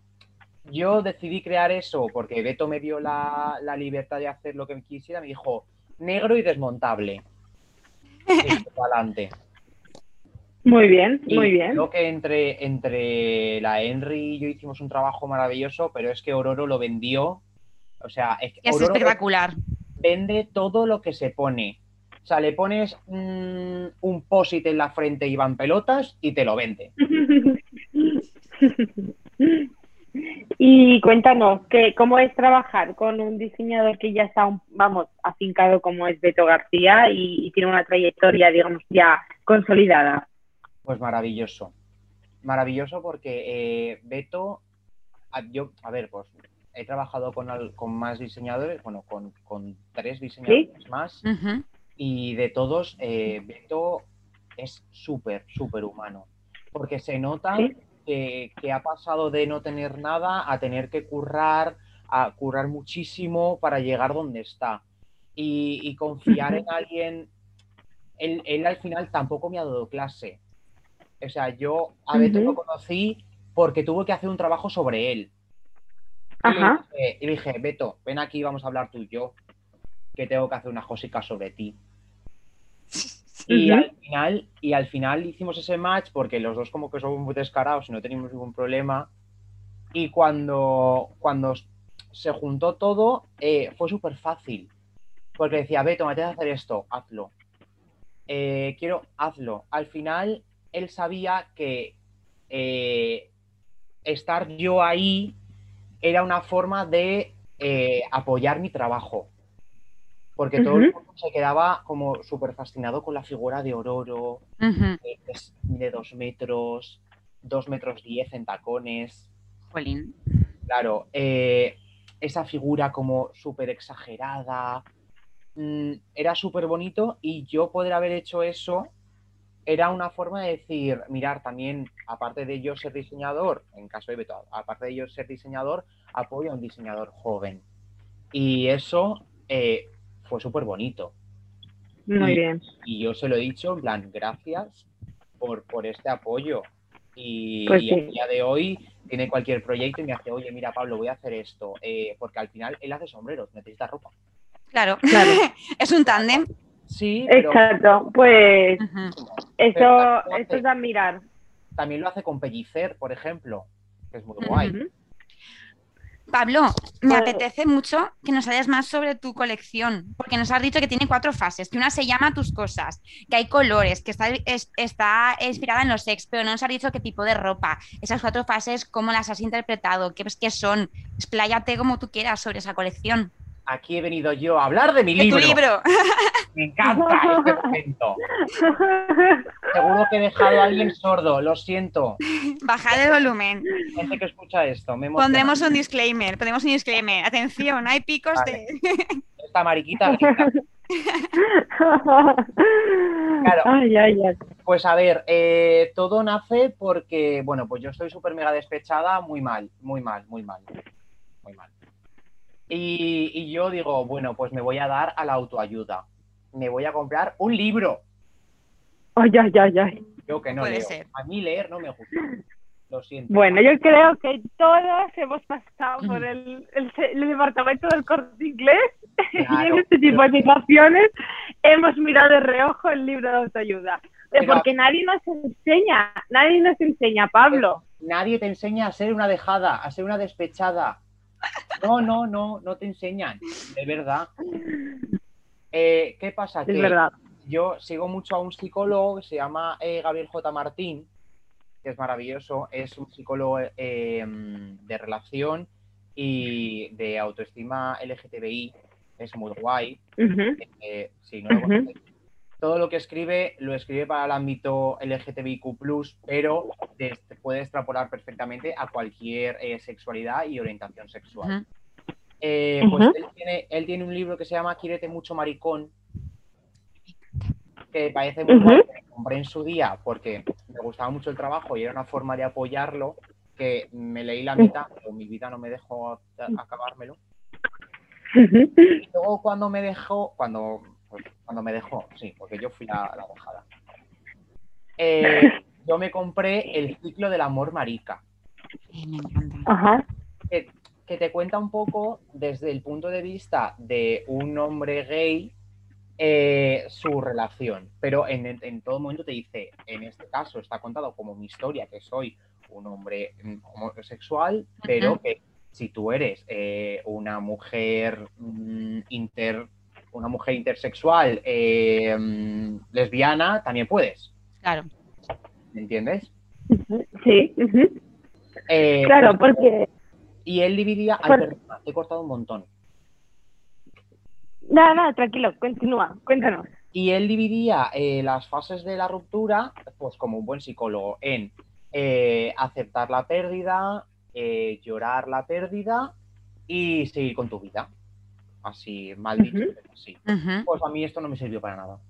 yo decidí crear eso porque Beto me dio la, la libertad de hacer lo que quisiera. Me dijo, negro y desmontable. Y dije, adelante. Muy bien, Y muy bien. creo que entre, entre la Henry y yo hicimos un trabajo maravilloso, pero es que Ororo lo vendió. O sea, es que Es Ororo espectacular. vende todo lo que se pone. O sea, le pones mm, un post-it en la frente y van pelotas y te lo vende. Y cuéntanos, que, ¿cómo es trabajar con un diseñador que ya está, un- vamos, afincado como es Beto García y, y tiene una trayectoria, digamos, ya consolidada? Pues maravilloso. Maravilloso porque eh, Beto, a, yo, a ver, pues he trabajado con, al- con más diseñadores, bueno, con, con tres diseñadores más, Ujú. y de todos, eh, Beto es súper, súper humano. Porque se nota ¿Sí? que, que ha pasado de no tener nada a tener que currar, a currar muchísimo para llegar donde está. Y, y confiar en Ujú. alguien, él, él al final tampoco me ha dado clase. O sea, yo a Beto lo Ujú. conocí porque tuve que hacer un trabajo sobre él. Y le Ajá. dije, y le dije, Beto, ven aquí, vamos a hablar tú y yo, que tengo que hacer unas cositas sobre ti. Y Ujú. al final, y al final hicimos ese match porque los dos como que somos muy descarados y no teníamos ningún problema. Y cuando, cuando se juntó todo, eh, fue súper fácil. Porque decía, Beto, me tienes que hacer esto, hazlo. Eh, quiero, hazlo. Al final, él sabía que eh, estar yo ahí era una forma de eh, apoyar mi trabajo. Porque todo el mundo se quedaba como súper fascinado con la figura de Ororo, Ujú. que es de dos metros, dos metros diez en tacones. Jolín. Claro, eh, esa figura como súper exagerada, mm, era súper bonito y yo poder haber hecho eso era una forma de decir, mirar, también, aparte de yo ser diseñador, en caso de Beto, aparte de yo ser diseñador, apoyo a un diseñador joven. Y eso eh, fue súper bonito. Muy Y, bien. y yo se lo he dicho, en plan, gracias por, por este apoyo. Y, Pues y a sí. día de hoy tiene cualquier proyecto y me hace, oye, mira, Pablo, voy a hacer esto. Eh, porque al final él hace sombreros, necesita ropa. Claro. Claro. Es un tándem. Sí, pero, Exacto. Pues Ujú. pero también eso, lo eso hace, es de admirar. también lo hace con Pellicer, por ejemplo, que es muy guay. Ujú. Pablo, me Pues- apetece mucho que nos hables más sobre tu colección, porque nos has dicho que tiene cuatro fases, que una se llama Tus cosas, que hay colores, que está, es- está inspirada en los ex, pero no nos has dicho qué tipo de ropa. Esas cuatro fases, ¿cómo las has interpretado? ¿Qué, qué son? Expláyate como tú quieras sobre esa colección. Aquí he venido yo a hablar de mi ¡De tu libro. libro! Me encanta este momento. Seguro que he dejado a alguien sordo, lo siento. Bajad el volumen. Gente que escucha esto, me emociona. Pondremos un disclaimer, ponemos un disclaimer. Atención, hay picos Vale. de... Esta mariquita grita. Claro. Ay, ay, ay. Pues a ver, eh, todo nace porque, bueno, pues yo estoy súper mega despechada, muy mal, muy mal, muy mal, muy mal. Y, y yo digo, bueno, pues me voy a dar a la autoayuda. Me voy a comprar un libro. Ay, ay, ay, ay. Yo que no Puede leo. ser. A mí leer no me gusta. Lo siento. Bueno, yo creo que todos hemos pasado por el, el, el departamento del Corte Inglés Claro, y en este tipo pero- de situaciones hemos mirado de reojo el libro de autoayuda. Pero- Porque nadie nos enseña, nadie nos enseña, Pablo. Nadie te enseña a ser una dejada, a ser una despechada. No, no, no, no te enseñan, de verdad. Eh, ¿qué pasa? Es Que verdad. yo sigo mucho a un psicólogo que se llama eh, Gabriel J. Martín, que es maravilloso, es un psicólogo eh, de relación y de autoestima L G T B I, es muy guay. Ujú. Eh, si no lo Ujú. conocéis, todo lo que escribe lo escribe para el ámbito L G T B I Q plus, pero te, te puede extrapolar perfectamente a cualquier eh, sexualidad y orientación sexual. Ujú. Eh, pues Ujú. él tiene, él tiene un libro que se llama Quiérete mucho, maricón, que parece muy Ujú. guay, que me compré en su día porque me gustaba mucho el trabajo y era una forma de apoyarlo, que me leí la mitad, pero mi vida no me dejó a- acabármelo. Ujú. Y luego cuando me dejó, cuando, pues, cuando me dejó, sí, porque yo fui la, la dejada, eh, yo me compré El ciclo del amor marica, Eh, me encanta. Ajá. que, que te cuenta un poco desde el punto de vista de un hombre gay eh, su relación, pero en, en todo momento te dice, en este caso está contado como mi historia, que soy un hombre mm, homosexual, pero Ujú. que si tú eres eh, una mujer mm, inter una mujer intersexual eh, mm, lesbiana, también puedes, Claro. ¿me entiendes? Ujú. Sí. Ujú. Eh, Claro, pues, porque... y él dividía, ay, Por- perdona, te he cortado un montón. Nada, nada, tranquilo, continúa, cuéntanos. Y él dividía eh, las fases de la ruptura, pues como un buen psicólogo, en eh, aceptar la pérdida, eh, llorar la pérdida y seguir con tu vida. Así, mal dicho, Ujú. pero así. Ujú. Pues a mí esto no me sirvió para nada.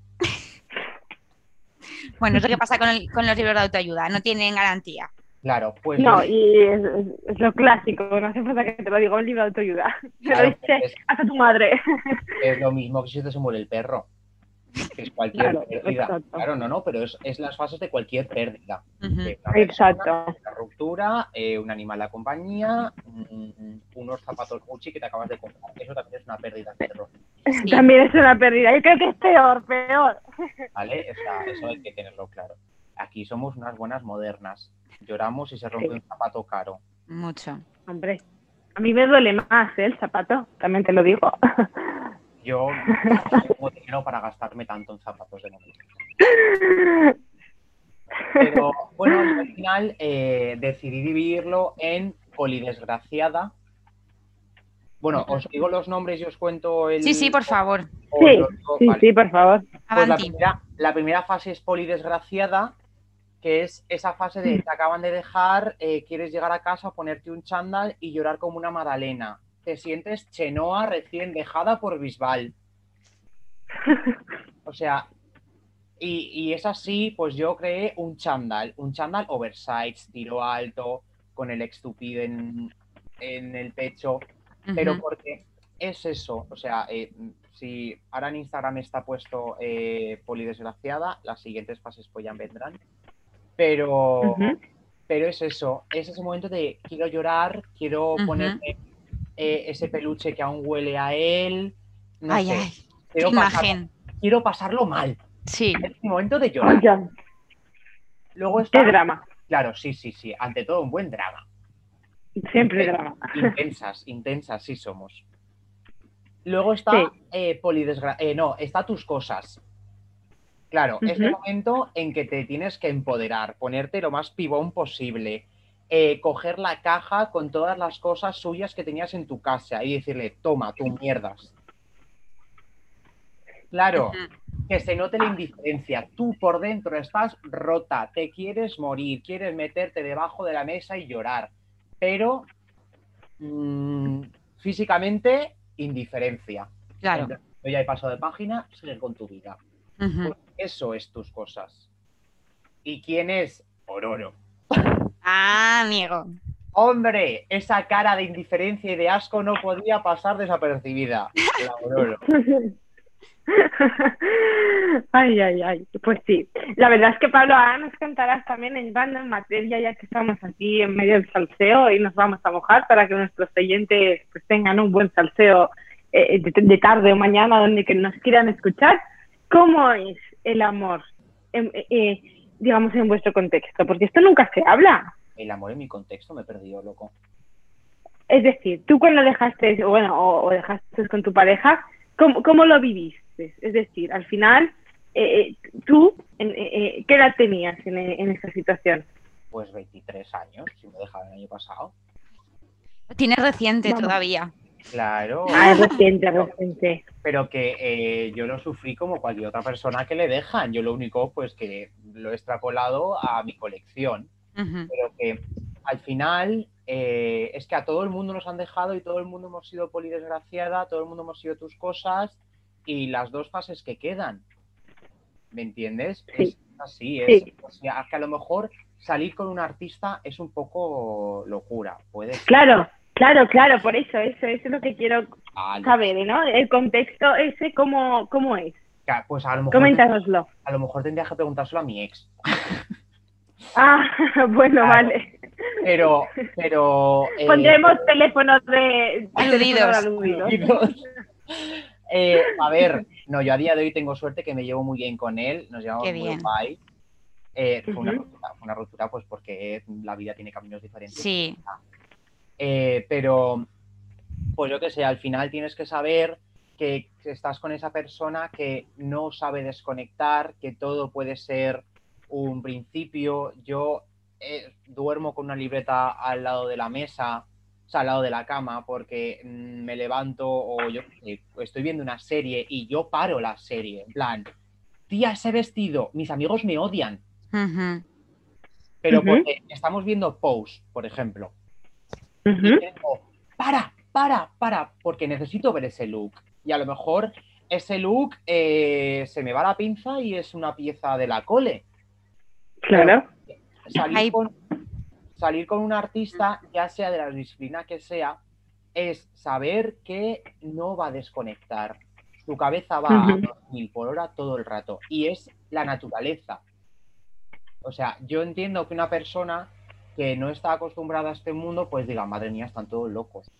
Bueno, es lo que pasa con, el- con los libros de autoayuda, no tienen garantía. Claro, pues No, yo- y es, es- es lo clásico, no hace falta que te lo diga un libro de autoayuda. Te lo Claro, dice pues- hasta tu madre. es lo mismo que si te se muere el perro. Que es cualquier Claro, pérdida. exacto. Claro, no, no, pero es, es las fases de cualquier pérdida. Ujú. Que una persona, Exacto. una ruptura, eh, un animal de compañía, mm, unos zapatos Gucci que te acabas de comprar. Eso también es una pérdida de terror, Sí. También es una pérdida. Yo creo que es peor, peor. ¿vale? O sea, eso hay que tenerlo claro. Aquí somos unas buenas modernas. Lloramos y se rompe Sí. un zapato caro. Mucho. Hombre, a mí me duele más, ¿eh? El zapato, también te lo digo. Yo no tengo dinero para gastarme tanto en zapatos de momento. Pero bueno, yo al final eh, decidí dividirlo en Polidesgraciada, Bueno, os digo los nombres y os cuento el... Sí, sí, por favor. o Sí, los digo- sí, vale. sí, por favor. Pues la Avanti. primera, la primera fase es polidesgraciada, que es esa fase de te acaban de dejar, eh, quieres llegar a casa, ponerte un chándal y llorar como una magdalena. Te sientes Chenoa recién dejada por Bisbal. O sea, y, y es así, pues yo creé un chándal, un chándal oversize, tiro alto, con el estúpido en, en el pecho, pero Ujú. porque es eso, o sea, eh, si ahora en Instagram está puesto eh, polidesgraciada, las siguientes fases pues ya vendrán, pero, Ujú. pero es eso, es ese momento de quiero llorar, quiero Ujú. ponerme eh, ese peluche que aún huele a él, no Ay, sé, ay, qué quiero, pasar- imagen. quiero pasarlo mal, Sí. es mi momento de llorar. Ya, Luego qué está, drama. claro, sí, sí, sí, ante todo un buen drama. Siempre Inten- drama. Intensas, intensas, sí somos. Luego está Sí. eh, polidesgra- eh, no, está tus cosas. Claro, es el Ujú. momento en que te tienes que empoderar, ponerte lo más pibón posible, eh, coger la caja con todas las cosas suyas que tenías en tu casa y decirle, toma, tú mierdas. Claro, Ujú. que se note la indiferencia. Tú por dentro estás rota, te quieres morir, quieres meterte debajo de la mesa y llorar, pero mm, físicamente, indiferencia. Claro. En plan, yo ya he pasado de página, sigue con tu vida. Ujú. Pues eso es tus cosas. ¿Y quién es? Ororo. Ah, amigo. ¡Hombre! Esa cara de indiferencia y de asco no podía pasar desapercibida. La Ororo. Ay, ay, ay. Pues sí. La verdad es que, Pablo, ahora nos contarás también entrando en materia, ya que estamos aquí en medio del salseo y nos vamos a mojar para que nuestros oyentes pues, tengan un buen salseo eh, de, de tarde o mañana, donde que nos quieran escuchar. ¿Cómo es el amor, en, eh, digamos, en vuestro contexto? Porque esto nunca se habla. El amor en mi contexto me he perdido, loco. Es decir, tú cuando dejaste, bueno, o, o dejaste con tu pareja, ¿cómo, cómo lo viviste? Es decir, al final, eh, tú, en, eh, ¿qué edad tenías en, en esta situación? Pues veintitrés años, si me dejaron el año pasado. Lo tienes reciente Vamos. todavía. Claro. Ah, es reciente, reciente. Pero que eh, yo lo sufrí como cualquier otra persona que le dejan. Yo lo único, pues que lo he extrapolado a mi colección. Ujú. Pero que al final eh, es que a todo el mundo nos han dejado y todo el mundo hemos sido polidesgraciada, todo el mundo hemos sido tus cosas y las dos fases que quedan. ¿Me entiendes? Sí. Es así, es, Sí. o sea, que a lo mejor salir con un artista es un poco locura, puede ser. Claro, claro, claro, por eso, eso, eso es lo que quiero Vale. saber, ¿no? El contexto ese, ¿cómo, cómo es? Ca- Pues a lo mejor, Coméntanoslo. a lo mejor tendría que preguntárselo a mi ex. Ah, bueno, Claro. vale. Pero, pero. eh, Pondremos teléfonos de Aludidos. teléfonos aludidos. aludidos. Eh, a ver, no, yo a día de hoy tengo suerte que me llevo muy bien con él, nos llevamos Qué muy bien. guay. Eh, fue, una Ujú. ruptura, fue una ruptura, pues porque la vida tiene caminos diferentes. Sí. Eh, pero, pues yo qué sé, al final tienes que saber que estás con esa persona que no sabe desconectar, que todo puede ser un principio. Yo eh, duermo con una libreta al lado de la mesa, o sea, al lado de la cama, porque mm, me levanto o yo eh, estoy viendo una serie y yo paro la serie, en plan, tía, ese vestido, mis amigos me odian, Ujú. pero Ujú. porque estamos viendo Pose, por ejemplo, y Ujú. digo, para, para, para, porque necesito ver ese look. Y a lo mejor ese look eh, se me va la pinza y es una pieza de la cole. Claro. Salir Ay. con, salir con un artista, ya sea de la disciplina que sea, es saber que no va a desconectar. Su cabeza va a Ujú. dos mil por hora todo el rato. Y es la naturaleza. O sea, yo entiendo que una persona que no está acostumbrada a este mundo, pues diga, madre mía, están todos locos.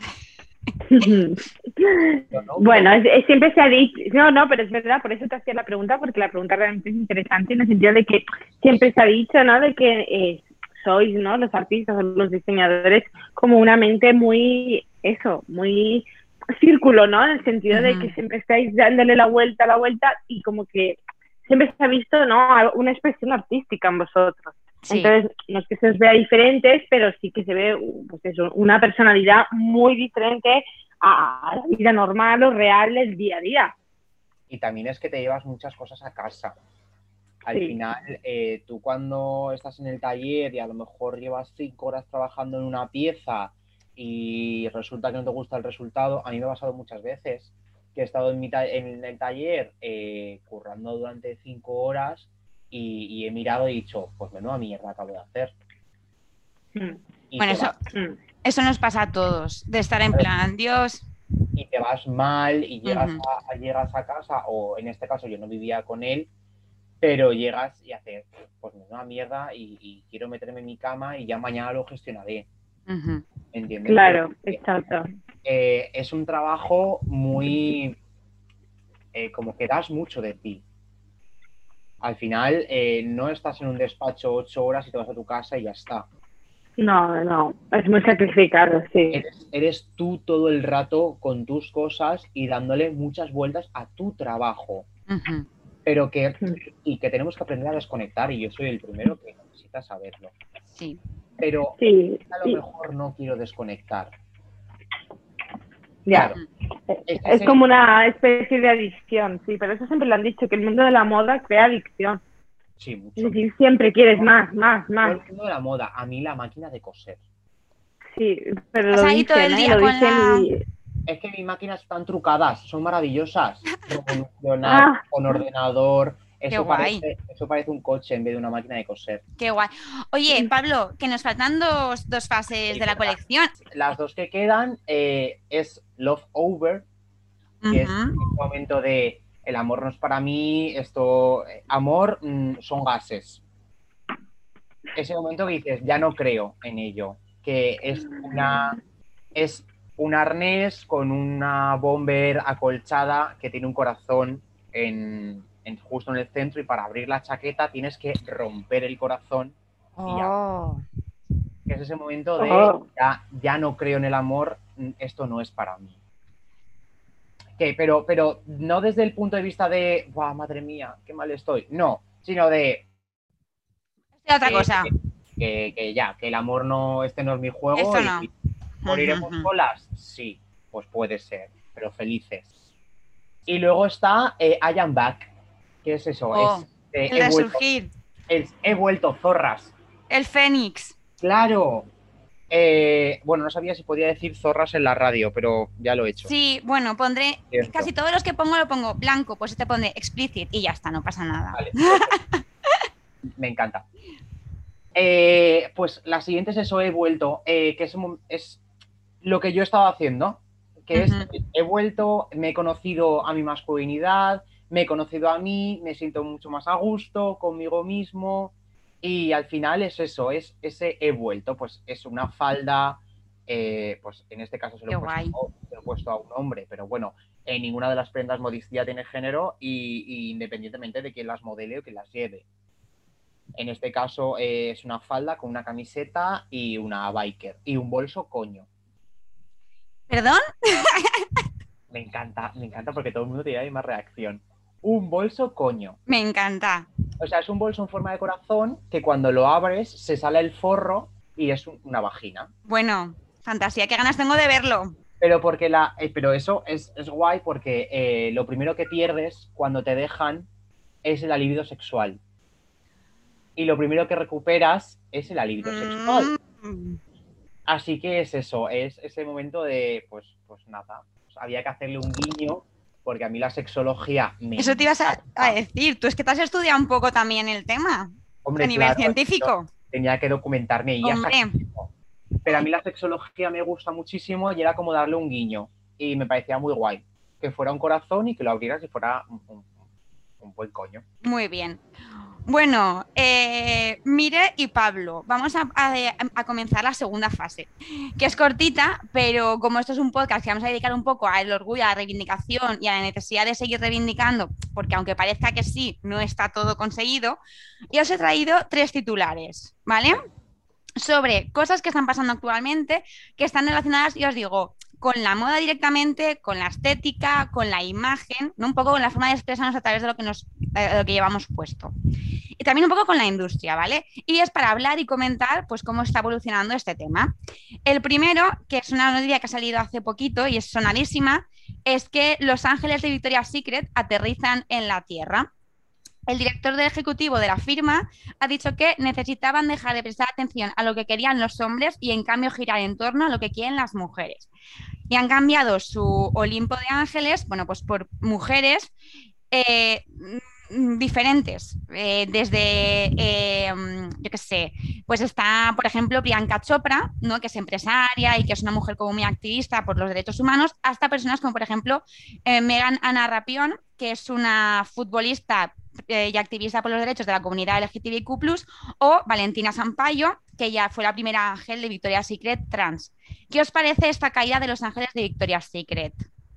Pero no, Bueno, pero- es- es- siempre se ha dicho, no, no, pero es verdad, por eso te hacía la pregunta, porque la pregunta realmente es interesante en el sentido de que siempre se ha dicho, ¿no? De que eh, sois, ¿no? Los artistas o los diseñadores como una mente muy, eso, muy círculo, ¿no? En el sentido de Ujú. que siempre estáis dándole la vuelta, la vuelta y como que siempre se ha visto, ¿no? Una expresión artística en vosotros. Sí. Entonces, no es que se os vea diferentes, pero sí que se ve pues eso, una personalidad muy diferente a la vida normal o real del día a día. Y también es que te llevas muchas cosas a casa. Al Sí. final, eh, tú cuando estás en el taller y a lo mejor llevas cinco horas trabajando en una pieza y resulta que no te gusta el resultado, a mí me ha pasado muchas veces que he estado en, mi ta- en el taller eh, currando durante cinco horas y, y he mirado y dicho, pues menuda mierda acabo de hacer. Mm, Y Bueno, te eso, vas, mm. eso nos pasa a todos, de estar en plan, Dios. y te vas mal y llegas, Ujú. a, llegas a casa, o en este caso yo no vivía con él, pero llegas y haces, pues menuda mierda y, y quiero meterme en mi cama y ya mañana lo gestionaré. Ujú. ¿Entiendes? Claro, Pero, exacto. eh, es un trabajo muy, eh, como que das mucho de ti. Al final, eh, no estás en un despacho ocho horas y te vas a tu casa y ya está. No, no, es muy sacrificado, sí. Eres, eres tú todo el rato con tus cosas y dándole muchas vueltas a tu trabajo. Ujú. Pero que, Mm. y que tenemos que aprender a desconectar, y yo soy el primero que necesita saberlo. Sí. Pero Sí, a lo sí, mejor no quiero desconectar. ya. Claro, Es, es es como una especie de adicción, sí, pero eso siempre lo han dicho, que el mundo de la moda crea adicción. sí, Es mucho. decir, siempre quieres más, más, No más. el mundo de la moda, a mí la máquina de coser. Sí, pero Estás lo ahí todo dicen, el ¿eh? día Lo con dicen la... y... Es que mis máquinas están trucadas, son maravillosas. Revolucionar Ah, con ordenador, Qué eso guay, parece, eso parece un coche en vez de una máquina de coser. qué guay. Oye, Pablo, que nos faltan dos, dos fases Sí, de la verdad. colección. Las dos que quedan eh, es Love Over, que es Ujú. el momento de el amor no es para mí, esto, eh, amor mm, son gases. Ese momento que dices, ya no creo en ello, que es una es un arnés con una bomber acolchada que tiene un corazón en, en- justo en el centro, y para abrir la chaqueta tienes que romper el corazón y ya. Oh. Que es ese momento de oh, ya, ya no creo en el amor, esto no es para mí. Que, pero, pero no desde el punto de vista de, ¡guau, madre mía, qué mal estoy! No, sino de Esta otra que, cosa. que, que ya, que el amor no, este no es mi juego Esto y no. moriremos Ujú, ujú. solas. Sí, pues puede ser, pero felices. Y luego está eh, I Am Back, que es eso, Oh, es eh, el he vuelto, resurgir, es, he vuelto, zorras. el fénix. Claro. Eh, bueno, no sabía si podía decir zorras en la radio, pero ya lo he hecho. Sí, bueno, pondré, Cierto. casi todos los que pongo lo pongo blanco, pues te pondré explicit y ya está, no pasa nada. Vale. Me encanta. Eh, pues la siguiente es eso, he vuelto, eh, que es, es lo que yo estaba haciendo, que Ujú. es, he vuelto, me he conocido a mi masculinidad, me he conocido a mí, me siento mucho más a gusto conmigo mismo, y al final es eso, es ese he vuelto, pues es una falda, eh, pues en este caso se lo, Qué he guay. puesto, se lo he puesto a un hombre, pero bueno, en ninguna de las prendas modestia tiene género, y, y independientemente de quién las modele o quién las lleve. En este caso eh, es una falda con una camiseta y una biker y un bolso, coño. ¿Perdón? Me encanta, me encanta porque todo el mundo tiene la misma reacción. Un bolso, coño. Me encanta. O sea, es un bolso en forma de corazón que cuando lo abres se sale el forro y es un, una vagina. Bueno, fantasía, qué ganas tengo de verlo. Pero porque la, eh, pero eso es, es guay porque eh, lo primero que pierdes cuando te dejan es el libido sexual. Y lo primero que recuperas es el libido sexual. Mm. Así que es eso, es ese momento de, pues, pues nada, pues había que hacerle un guiño, porque a mí la sexología me Eso te ibas a, encanta. a decir. Tú es que te has estudiado un poco también el tema. Hombre, a nivel claro, científico. tenía que documentarme y ya está. Hombre. Pero a mí la sexología me gusta muchísimo y era como darle un guiño. Y me parecía muy guay. Que fuera un corazón y que lo abrieras y fuera un, un, un buen coño. Muy bien. Bueno, eh, Mire y Pablo, vamos a, a, a comenzar la segunda fase, que es cortita, pero como esto es un podcast que vamos a dedicar un poco al orgullo, a la reivindicación y a la necesidad de seguir reivindicando, porque aunque parezca que sí, no está todo conseguido, y os he traído tres titulares, ¿vale? Sobre cosas que están pasando actualmente, que están relacionadas, y os digo, con la moda directamente, con la estética, con la imagen, ¿no? Un poco con la forma de expresarnos a través de lo que nos, de lo que llevamos puesto. Y también un poco con la industria, ¿vale? Y es para hablar y comentar pues cómo está evolucionando este tema. El primero, que es una noticia que ha salido hace poquito y es sonadísima, es que los ángeles de Victoria's Secret aterrizan en la Tierra. El director del ejecutivo de la firma ha dicho que necesitaban dejar de prestar atención a lo que querían los hombres y en cambio girar en torno a lo que quieren las mujeres. Y han cambiado su Olimpo de ángeles, bueno, pues por mujeres eh, diferentes. Eh, desde, eh, yo qué sé, pues está, por ejemplo, Priyanka Chopra, ¿no? Que es empresaria y que es una mujer como muy activista por los derechos humanos, hasta personas como, por ejemplo, eh, Megan Anna Rapión, que es una futbolista y activista por los derechos de la comunidad L G T B Q plus, o Valentina Sampaio, que ya fue la primera ángel de Victoria's Secret trans. ¿Qué os parece esta caída de los ángeles de Victoria's Secret?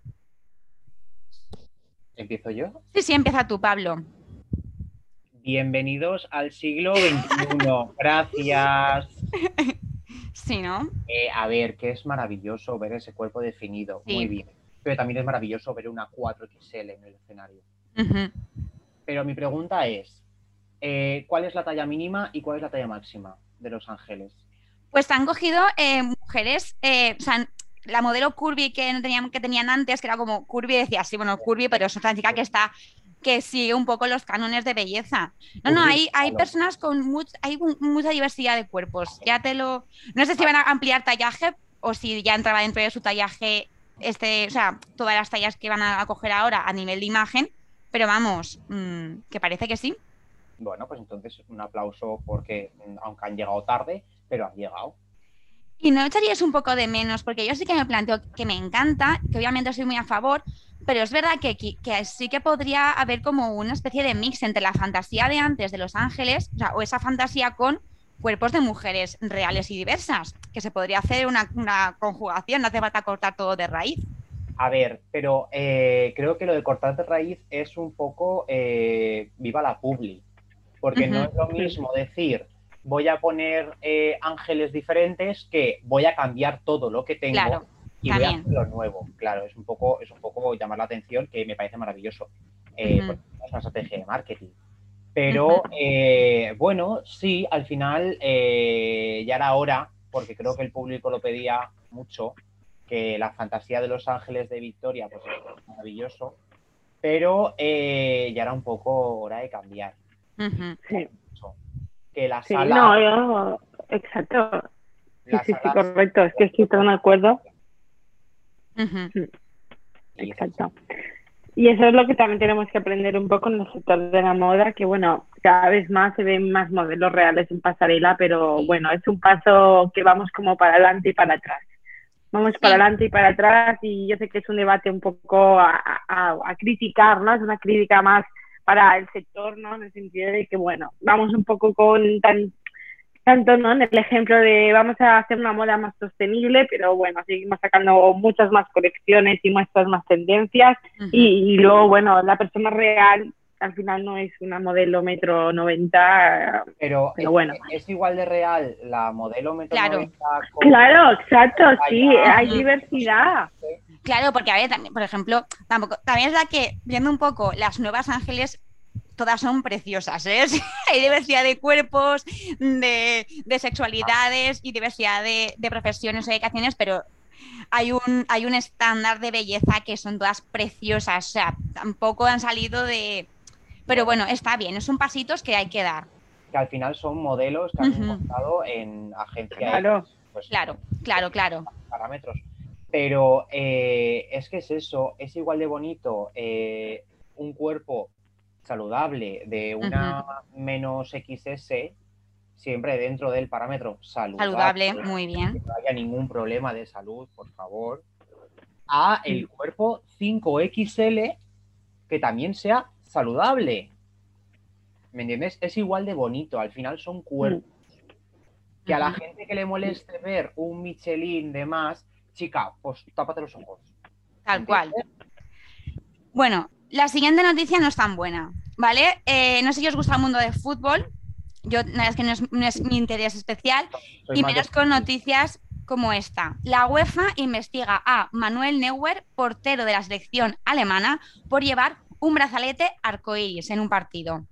¿Empiezo yo? Sí, sí, empieza tú, Pablo. Bienvenidos al siglo veintiuno. Gracias. Sí, ¿no? Eh, a ver, que es maravilloso ver ese cuerpo definido. Sí. Muy bien. Pero también es maravilloso ver una cuatro equis ele en el escenario. Uh-huh. Pero mi pregunta es, eh, ¿cuál es la talla mínima y cuál es la talla máxima de Los Ángeles? Pues han cogido eh, mujeres, eh, o sea, la modelo curvy que, no tenían, que tenían antes, que era como curvy, decía, sí, bueno, curvy, pero es una chica que está, que sigue un poco los cánones de belleza. No, no, hay, hay personas con much, hay mucha diversidad de cuerpos. Ya te lo... No sé si van a ampliar tallaje o si ya entraba dentro de su tallaje, este, o sea, todas las tallas que van a coger ahora a nivel de imagen. Pero vamos, mmm, que parece que sí. Bueno, pues entonces un aplauso porque, aunque han llegado tarde, pero han llegado. Y no echarías un poco de menos, porque yo sí que me planteo que me encanta, que obviamente estoy muy a favor, pero es verdad que, que, que sí que podría haber como una especie de mix entre la fantasía de antes de Los Ángeles, o sea, o esa fantasía con cuerpos de mujeres reales y diversas, que se podría hacer una, una conjugación, no hace falta cortar todo de raíz. A ver, pero eh, creo que lo de cortar de raíz es un poco eh, viva la publi, porque uh-huh. no es lo mismo decir voy a poner eh, ángeles diferentes que voy a cambiar todo lo que tengo claro, y también. voy a hacer lo nuevo. Claro, es un poco, es un poco llamar la atención, que me parece maravilloso, eh, uh-huh. porque es una estrategia de marketing. Pero uh-huh. eh, bueno, sí, al final eh, ya era hora, porque creo que el público lo pedía mucho, que la fantasía de Los Ángeles de Victoria pues es maravilloso, pero eh, ya era un poco hora de cambiar. Uh-huh. Sí. Que la sí, sala... No, yo... Exacto. Sí, sí, sala... sí, correcto. Es que estoy tan de acuerdo. Uh-huh. Exacto. Y eso es lo que también tenemos que aprender un poco en el sector de la moda, que bueno, cada vez más se ven más modelos reales en pasarela, pero bueno, es un paso que vamos como para adelante y para atrás. Vamos para sí. adelante y para atrás, y yo sé que es un debate un poco a, a, a criticar, ¿no? Es una crítica más para el sector, ¿no? En el sentido de que, bueno, vamos un poco con tan, tanto, ¿no? En el ejemplo de vamos a hacer una moda más sostenible, pero bueno, seguimos sacando muchas más colecciones y muchas más tendencias, uh-huh. y, y luego, bueno, la persona real al final no es una modelo metro noventa, pero, pero es, bueno. ¿Es igual de real la modelo metro claro. noventa? Claro, exacto, sí, hay diversidad. Claro, porque a ver, también, por ejemplo, tampoco, también es la que, viendo un poco las nuevas ángeles, todas son preciosas, ¿eh? Hay diversidad de cuerpos, de, de sexualidades y diversidad de, de profesiones o dedicaciones, pero hay un, hay un estándar de belleza que son todas preciosas, o sea, tampoco han salido de... Pero bueno, está bien, son pasitos que hay que dar. Que al final son modelos que han uh-huh. encontrado en agencias. Claro, pues, claro, claro, claro. Parámetros. Pero eh, es que es eso, es igual de bonito eh, un cuerpo saludable de una uh-huh. menos equis ese, siempre dentro del parámetro saludable. Saludable, muy bien. Que no haya ningún problema de salud, por favor. A el cuerpo cinco equis ele, que también sea saludable. ¿Me entiendes? Es igual de bonito, al final son cuerpos. Uh-huh. Que a la gente que le moleste ver un Michelin de más, chica, pues tápate los ojos. Tal cual. Bueno, la siguiente noticia no es tan buena, ¿vale? Eh, no sé si os gusta el mundo del fútbol. Yo, la verdad es que no es, no es mi interés especial. Soy y menos con noticias como esta. La UEFA investiga a Manuel Neuer, portero de la selección alemana, por llevar un brazalete arcoíris en un partido.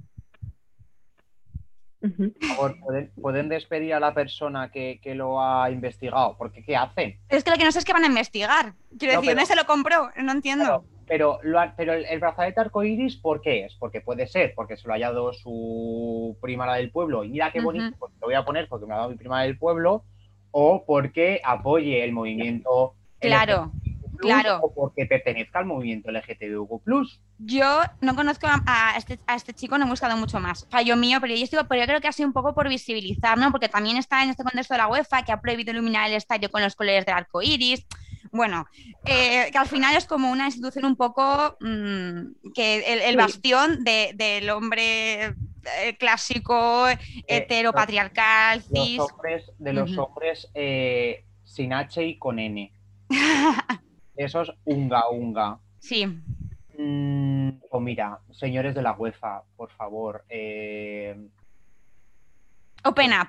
Por favor, ¿pueden, pueden despedir a la persona que, que lo ha investigado? Porque ¿qué hacen? Es que lo que no sé es que van a investigar. Quiero No, decir, pero- ¿dónde se lo compró? No entiendo. Claro, pero, lo ha- pero el, el brazalete arcoíris, ¿por qué es? Porque puede ser, porque se lo ha dado su prima la del pueblo y mira qué bonito, Ujú. pues lo voy a poner porque me lo ha dado mi prima del pueblo, o porque apoye el movimiento Claro, L G T B Q plus, claro. o porque pertenezca al movimiento L G T B Q plus. Yo no conozco a, a este, a este chico, no he buscado mucho más. Fallo mío, pero yo, estoy, pero yo creo que ha sido un poco por visibilizar, ¿no? Porque también está en este contexto de la UEFA, que ha prohibido iluminar el estadio con los colores del arco iris. Bueno, eh, que al final es como una institución un poco mmm, que el, el Sí. bastión de, del hombre eh, clásico, heteropatriarcal, Los cis. hombres, de los Ujú. hombres eh, sin H y con N. Esos unga unga. Sí, Mm, pues mira, señores de la UEFA, por favor, eh, open up.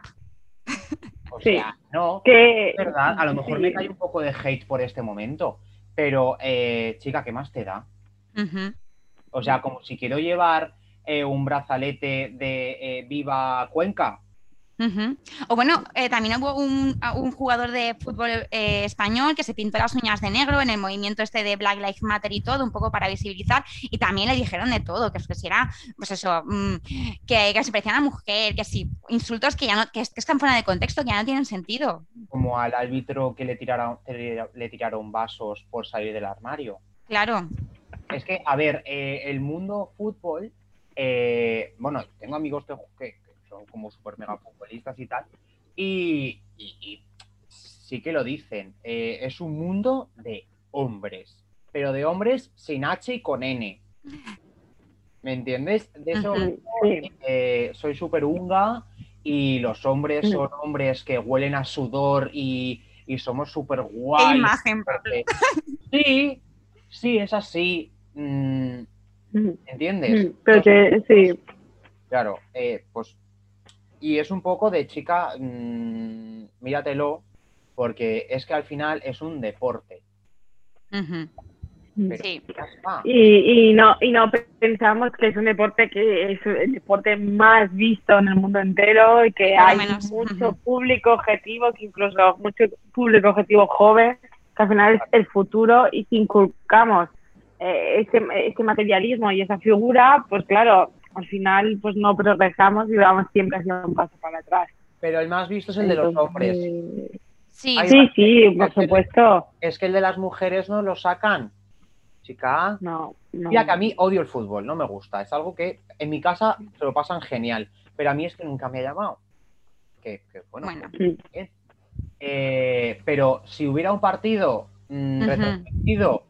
o Sí. sea, no, Que, es verdad, a lo mejor sí. me cae un poco de hate por este momento, pero eh, chica, ¿qué más te da? Ujú. O sea, como si quiero llevar eh, un brazalete de eh, Viva Cuenca. Uh-huh. O bueno, eh, también hubo un, un jugador de fútbol eh, español que se pintó las uñas de negro en el movimiento este de Black Lives Matter y todo, un poco para visibilizar, y también le dijeron de todo, que, que si era, pues eso, mmm, que, que se parecía a una mujer, que si insultos que ya no, que, que están fuera de contexto, que ya no tienen sentido. Como al árbitro que le tiraron, le tiraron vasos por salir del armario. Claro. Es que, a ver, eh, el mundo fútbol, eh, bueno, tengo amigos que, que, que son como super mega futbolistas y tal, y, y, y sí que lo dicen, eh, es un mundo de hombres, pero de hombres sin H y con N. ¿Me entiendes? De eso Uh-huh. Sí. eh, soy súper unga y los hombres son hombres que huelen a sudor y, y somos súper guays. ¡Qué imagen, Pablo! Sí, sí, es así. Mm, ¿entiendes? Pero que sí. Claro, eh, pues y es un poco de chica, mmm, míratelo, porque es que al final es un deporte. Uh-huh. Pero Sí. ya está. Y, y no y no pensamos que es un deporte que es el deporte más visto en el mundo entero y que Por lo hay menos. mucho Ujú. público objetivo, que incluso mucho público objetivo joven, que al final es el futuro, y si inculcamos eh, ese, ese materialismo y esa figura, pues claro, al final pues no progresamos y vamos siempre hacia un paso para atrás. Pero el más visto es el de los hombres. Entonces, Sí. Hay- sí, sí, por supuesto. Es que el de las mujeres no lo sacan. Chica. No, no. Mira que a mí odio el fútbol, no me gusta. Es algo que en mi casa se lo pasan genial. Pero a mí es que nunca me ha llamado. Que, que bueno. Bueno. pues, bien. Eh, pero si hubiera un partido mm, Ujú. retransmitido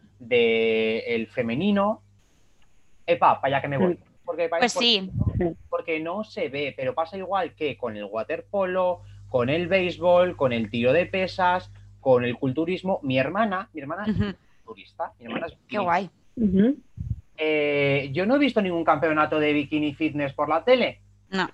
del femenino, epa, para allá que me voy. Porque, Pues porque- sí. porque no se ve, pero pasa igual que con el waterpolo, con el béisbol, con el tiro de pesas, con el culturismo. Mi hermana, mi hermana es Ujú. culturista, mi hermana es Qué bikini. guay. Ujú. Eh, yo no he visto ningún campeonato de bikini fitness por la tele. No.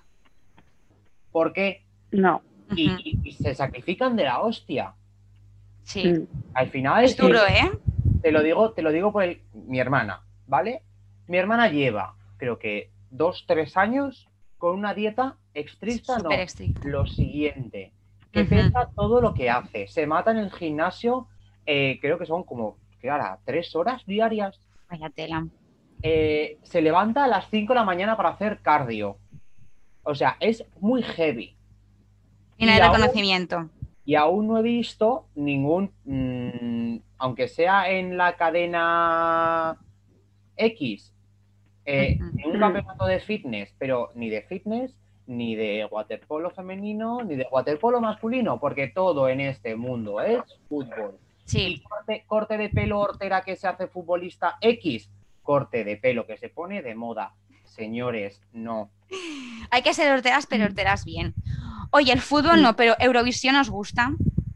¿Por qué? No. Y, Ujú. y- y se sacrifican de la hostia. Sí. Mm. Al final Es duro, ¿eh? te lo digo, te lo digo por el- mi hermana, ¿vale? Mi hermana lleva, creo que dos, tres años con una dieta estricta, no. Súper estricto. Lo siguiente, que Ujú. pesa todo lo que hace. Se mata en el gimnasio, eh, creo que son como, ¿qué hará? ¿Tres horas diarias? Vaya tela. Eh, se levanta a las cinco de la mañana para hacer cardio. O sea, es muy heavy. Y no hay Y aún- reconocimiento. Y aún no he visto ningún, mmm, aunque sea en la cadena X, eh, Ujú. ningún campeonato de fitness, pero ni de fitness, ni de waterpolo femenino, ni de waterpolo masculino, porque todo en este mundo es fútbol. Y Sí. corte, corte de pelo hortera que se hace futbolista X, corte de pelo que se pone de moda. Señores, no. Hay que ser horteras, pero horteras bien. Oye, el fútbol no, pero Eurovisión os gusta.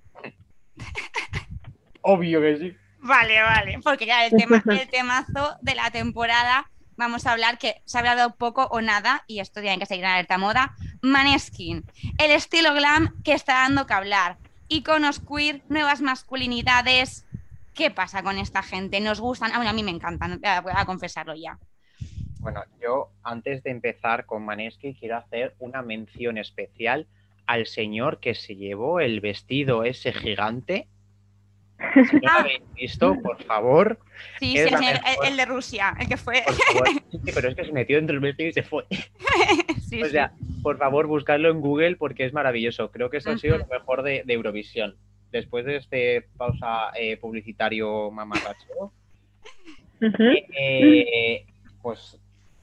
Obvio que sí. Vale, vale. Porque ya el tema, el temazo de la temporada, vamos a hablar que se ha hablado poco o nada, y esto tiene que seguir en alerta moda. Maneskin, el estilo glam que está dando que hablar. iconos queer, nuevas masculinidades. ¿Qué pasa con esta gente? ¿Nos gustan? Ah, bueno, a mí me encantan, voy a confesarlo ya. Bueno, yo antes de empezar con Maneskin quiero hacer una mención especial al señor que se llevó el vestido ese gigante. Si no lo habéis visto, por favor. Sí, sí, el, el, el de Rusia, el que fue. Por favor. Sí, pero es que se metió dentro del vestido y se fue. Sí, o sea, sí. Por favor, buscadlo en Google porque es maravilloso. Creo que eso uh-huh. ha sido lo mejor de, de Eurovisión. Después de este pausa eh, publicitario mamarracho, uh-huh. eh, pues,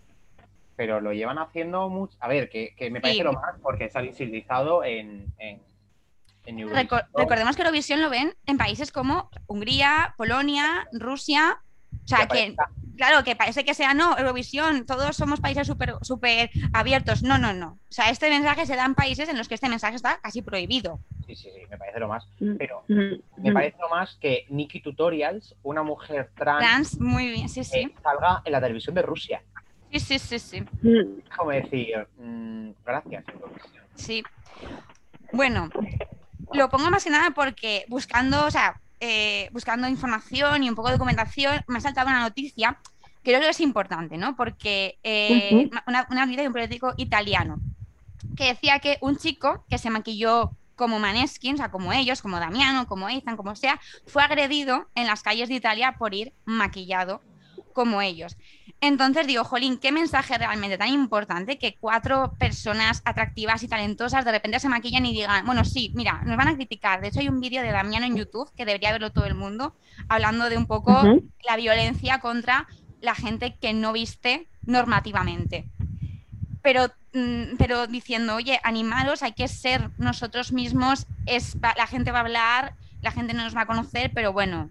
pero lo llevan haciendo mucho. A ver, que, que me parece sí. lo más porque se ha visibilizado en, en, en Eurovisión. Recor- recordemos que Eurovisión lo ven en países como Hungría, Polonia, Rusia. O sea, que, claro, que parece que sea, no, Eurovisión, todos somos países súper super abiertos. No, no, no. O sea, este mensaje se da en países en los que este mensaje está casi prohibido. Sí, sí, sí, me parece lo más. Pero me parece lo más que Nikki Tutorials, una mujer trans, trans muy bien, sí, sí. Eh, salga en la televisión de Rusia. Sí, sí, sí, sí. Déjame decir, mmm, gracias, Eurovisión. Sí. Bueno, lo pongo más que nada porque buscando, o sea, Eh, buscando información y un poco de documentación, me ha saltado una noticia que creo que es importante, ¿no? Porque eh, uh-huh. una, una noticia de un periódico italiano que decía que un chico que se maquilló como Maneskin, o sea, como ellos, como Damiano, como Ethan, como sea, fue agredido en las calles de Italia por ir maquillado como ellos. Entonces digo, jolín, qué mensaje realmente tan importante que cuatro personas atractivas y talentosas de repente se maquillan y digan, bueno, sí, mira, nos van a criticar. De hecho, hay un vídeo de Damiano en YouTube que debería verlo todo el mundo, hablando de un poco uh-huh. la violencia contra la gente que no viste normativamente. Pero, pero diciendo, oye, animaros, hay que ser nosotros mismos, es, la gente va a hablar, la gente no nos va a conocer, pero bueno,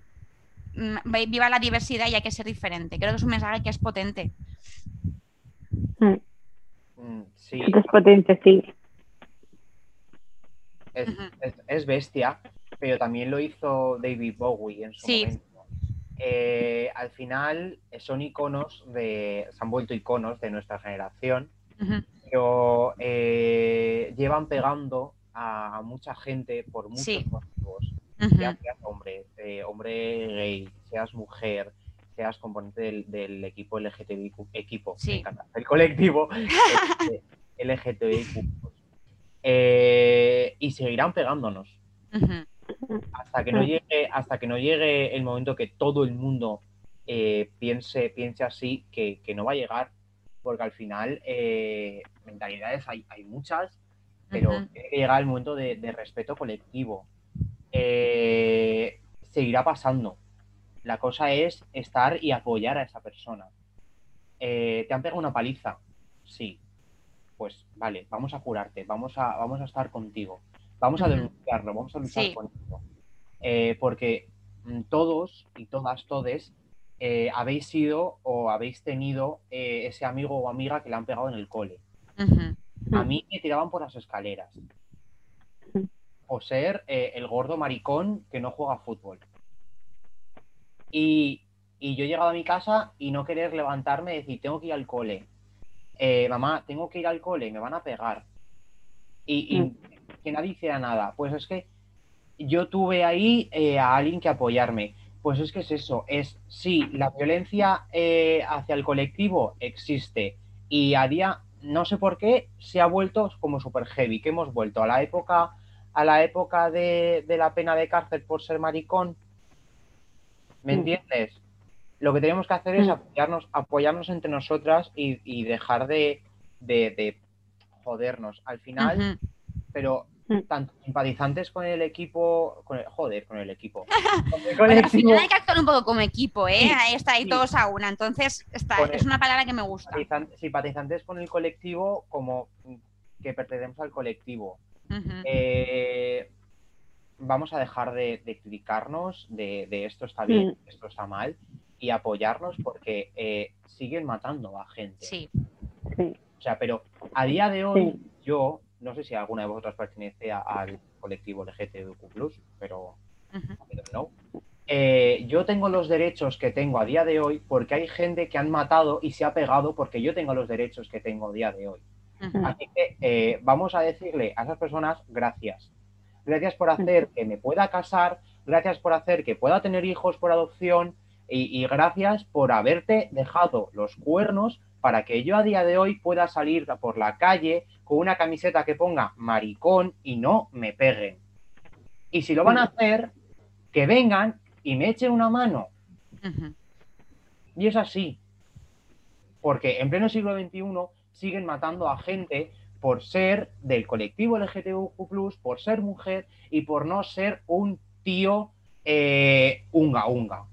viva la diversidad y hay que ser diferente. Creo que es un mensaje que es potente. Mm, sí. Es potente, sí. Es, uh-huh. es, es bestia, pero también lo hizo David Bowie en su sí. momento. Eh, al final son iconos de, se han vuelto iconos de nuestra generación, uh-huh. pero eh, llevan pegando a, a mucha gente por muchos sí. motivos. Uh-huh. Ya seas hombre, eh, hombre gay, seas mujer, seas componente del, del equipo L G T B I Q, equipo, sí. me encanta, el colectivo L G T B I Q. Eh, y seguirán pegándonos. Uh-huh. Hasta que no llegue, hasta que no llegue el momento que todo el mundo eh, piense, piense así, que, que no va a llegar, porque al final eh, mentalidades hay, hay muchas, pero uh-huh. tiene que llegar el momento de, de respeto colectivo. Eh, seguirá pasando. La cosa es estar y apoyar a esa persona. Eh, ¿Te han pegado una paliza? Sí. Pues vale, vamos a curarte, vamos a, vamos a estar contigo, vamos a denunciarlo, vamos a luchar sí. con esto. Eh, porque todos y todas, todes, eh, habéis sido o habéis tenido eh, ese amigo o amiga que le han pegado en el cole. Uh-huh. A mí me tiraban por las escaleras. O ser eh, el gordo maricón que no juega fútbol. Y, y yo he llegado a mi casa y no querer levantarme y decir, tengo que ir al cole. Eh, mamá, tengo que ir al cole y me van a pegar. Y, y mm. que nadie hiciera nada. Pues es que yo tuve ahí eh, a alguien que apoyarme. Pues es que es eso. Es, sí, la violencia eh, hacia el colectivo existe. Y a día, no sé por qué, se ha vuelto como super heavy. Que hemos vuelto a la época... a la época de, de la pena de cárcel por ser maricón. ¿Me entiendes? Lo que tenemos que hacer es apoyarnos, apoyarnos entre nosotras y, y dejar de, de, de jodernos. Al final, uh-huh. pero tanto simpatizantes con el equipo, con el, joder, con el equipo. Con el bueno, al final hay que actuar un poco como equipo, ¿eh? Sí, ahí está, ahí sí. todos a una. Entonces, está, es una palabra que me gusta. Simpatizantes con el colectivo como que pertenecemos al colectivo. Uh-huh. Eh, vamos a dejar de, de criticarnos de, de esto está bien, uh-huh. esto está mal y apoyarnos porque eh, siguen matando a gente. Sí. sí. O sea, pero a día de hoy sí. yo, no sé si alguna de vosotras pertenece a, al colectivo L G T B I Q plus, pero uh-huh. no. Eh, yo tengo los derechos que tengo a día de hoy porque hay gente que han matado y se ha pegado porque yo tengo los derechos que tengo a día de hoy. Uh-huh. Así que eh, vamos a decirle a esas personas gracias. gracias por hacer que me pueda casar, gracias por hacer que pueda tener hijos por adopción y, y gracias por haberte dejado los cuernos para que yo a día de hoy pueda salir por la calle con una camiseta que ponga maricón y no me peguen. Y si lo van a hacer, que vengan y me echen una mano. Ujú. Y es así. Porque en pleno siglo veintiuno siguen matando a gente por ser del colectivo L G T B Q plus, por ser mujer y por no ser un tío eh, unga unga.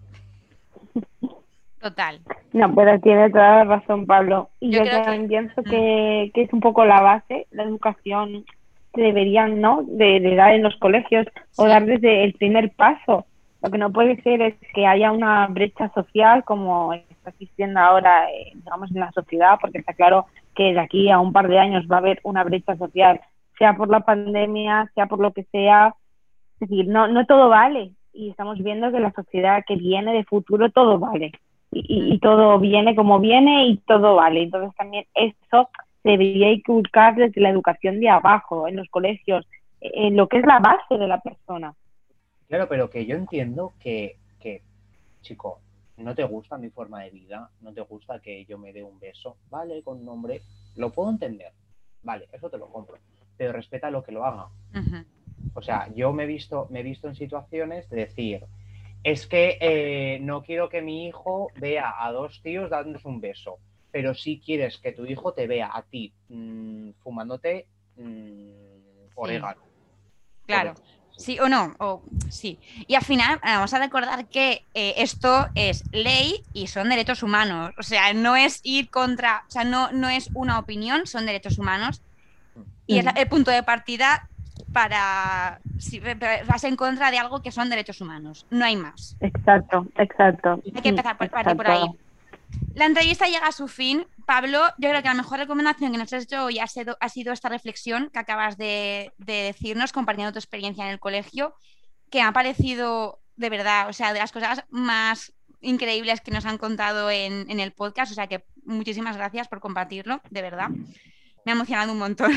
Total. No, pero tiene toda la razón, Pablo. Y Yo yo, creo que- también pienso que, que es un poco la base, la educación que deberían, ¿no?, de, de dar en los colegios o Sí. dar desde el primer paso. Lo que no puede ser es que haya una brecha social como está existiendo ahora, eh, digamos, en la sociedad, porque está claro que de aquí a un par de años va a haber una brecha social, sea por la pandemia, sea por lo que sea. Es decir, no, no todo vale. Y estamos viendo que la sociedad que viene de futuro, todo vale. Y, y, y todo viene como viene y todo vale. Entonces también eso debería inculcar desde la educación de abajo, en los colegios, en lo que es la base de la persona. Claro, pero que yo entiendo que, que, chico, no te gusta mi forma de vida, no te gusta que yo me dé un beso, vale, con nombre, lo puedo entender, vale, eso te lo compro, pero respeta lo que lo haga. Ujú. O sea, yo me he visto, me he visto en situaciones de decir, es que eh, no quiero que mi hijo vea a dos tíos dándose un beso, pero sí quieres que tu hijo te vea a ti mmm, fumándote mmm, orégano. Claro. Por- Sí o no, o sí. Y al final vamos a recordar que eh, esto es ley y son derechos humanos. O sea, no es ir contra, o sea, no, no es una opinión, son derechos humanos. Y es la- el punto de partida para si vas en contra de algo que son derechos humanos. No hay más. Exacto, exacto. Hay que empezar por, partir por ahí. La entrevista llega a su fin. Pablo, yo creo que la mejor recomendación que nos has hecho hoy ha sido, ha sido esta reflexión que acabas de, de decirnos, compartiendo tu experiencia en el colegio, que me ha parecido, de verdad, o sea, de las cosas más increíbles que nos han contado en, en el podcast. O sea, que muchísimas gracias por compartirlo, de verdad. Me ha emocionado un montón.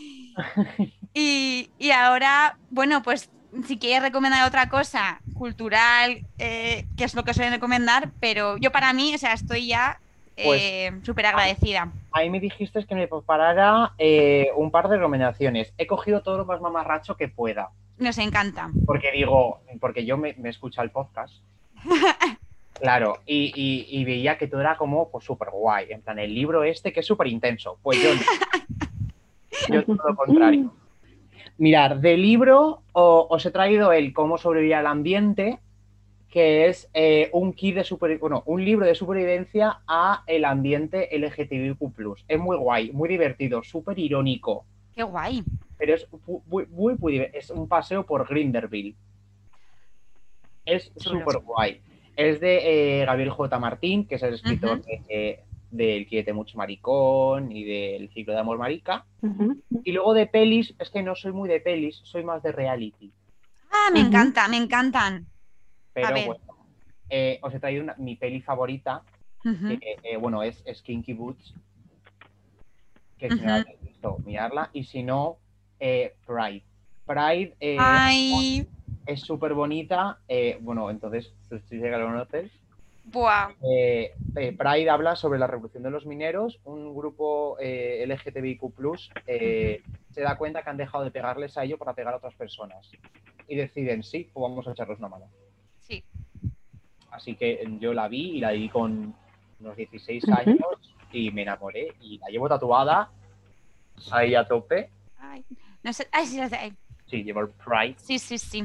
y, y ahora, bueno, pues si quieres recomendar otra cosa cultural, eh, que es lo que suelen recomendar, pero yo para mí, o sea, estoy ya eh, Pues, súper agradecida. Ahí me dijiste que me preparara eh, un par de recomendaciones. He cogido todo lo más mamarracho que pueda. Nos encanta. Porque digo, porque yo me, me escucho el podcast. Claro, y, y, y veía que todo era como pues súper guay. En plan, el libro este que es súper intenso. Pues yo no. Yo todo lo contrario. Mirad, del libro o, os he traído el Cómo sobrevivir al ambiente, que es eh, un kit de super, bueno, un libro de supervivencia a el ambiente L G T B Q plus. Es muy guay, muy divertido, súper irónico. Qué guay. Pero es muy, muy, muy, es un paseo por Grindelwald. Es súper guay. Es de eh, Gabriel J. Martín, que es el escritor uh-huh. de, eh, del Quiérete mucho maricón y del Ciclo de amor marica. Uh-huh. Y luego de pelis, es que no soy muy de pelis, soy más de reality. Ah, me uh-huh. encanta, me encantan. Pero bueno, eh, os he traído una, mi peli favorita, uh-huh. que eh, bueno, es, es Kinky Boots, que si uh-huh. no la habéis visto, mirarla, y si no, eh, Pride. Pride eh, Ay. es súper bonita, eh, bueno, entonces, si llega lo conoces. Buah. Eh, eh, Pride habla sobre la revolución de los mineros, un grupo eh, L G T B I Q plus, eh, uh-huh. se da cuenta que han dejado de pegarles a ello para pegar a otras personas. Y deciden, sí, pues vamos a echarles una mano. Sí. Así que yo la vi y la vi con unos dieciséis uh-huh. años y me enamoré y la llevo tatuada ahí a tope. Ay, no sé, ay, sí, sí, sí. Sí, llevo el Pride. Sí, sí, sí.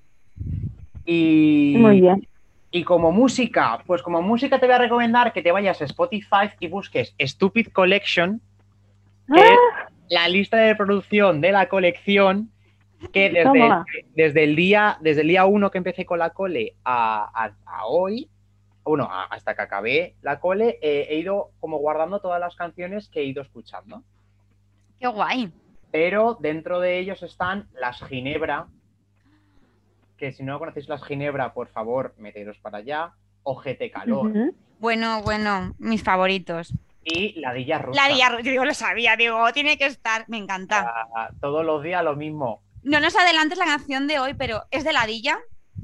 Y... Muy bien. Y como música, pues como música te voy a recomendar que te vayas a Spotify y busques Stupid Collection, que ¡ah! Es la lista de producción de la colección que desde el, desde el día desde el día uno que empecé con la cole a, a, a hoy, bueno, a, hasta que acabé la cole, eh, he ido como guardando todas las canciones que he ido escuchando. ¡Qué guay! Pero dentro de ellos están las Ginebra, que si no conocéis las Ginebra, por favor, meteros para allá. Ojete Calor. Uh-huh. Bueno, bueno, mis favoritos. Y Ladilla Rusa. Ladilla Rusa, digo, lo sabía, digo, tiene que estar, me encanta. Uh, todos los días lo mismo. No nos adelantes la canción de hoy, pero ¿es de Ladilla?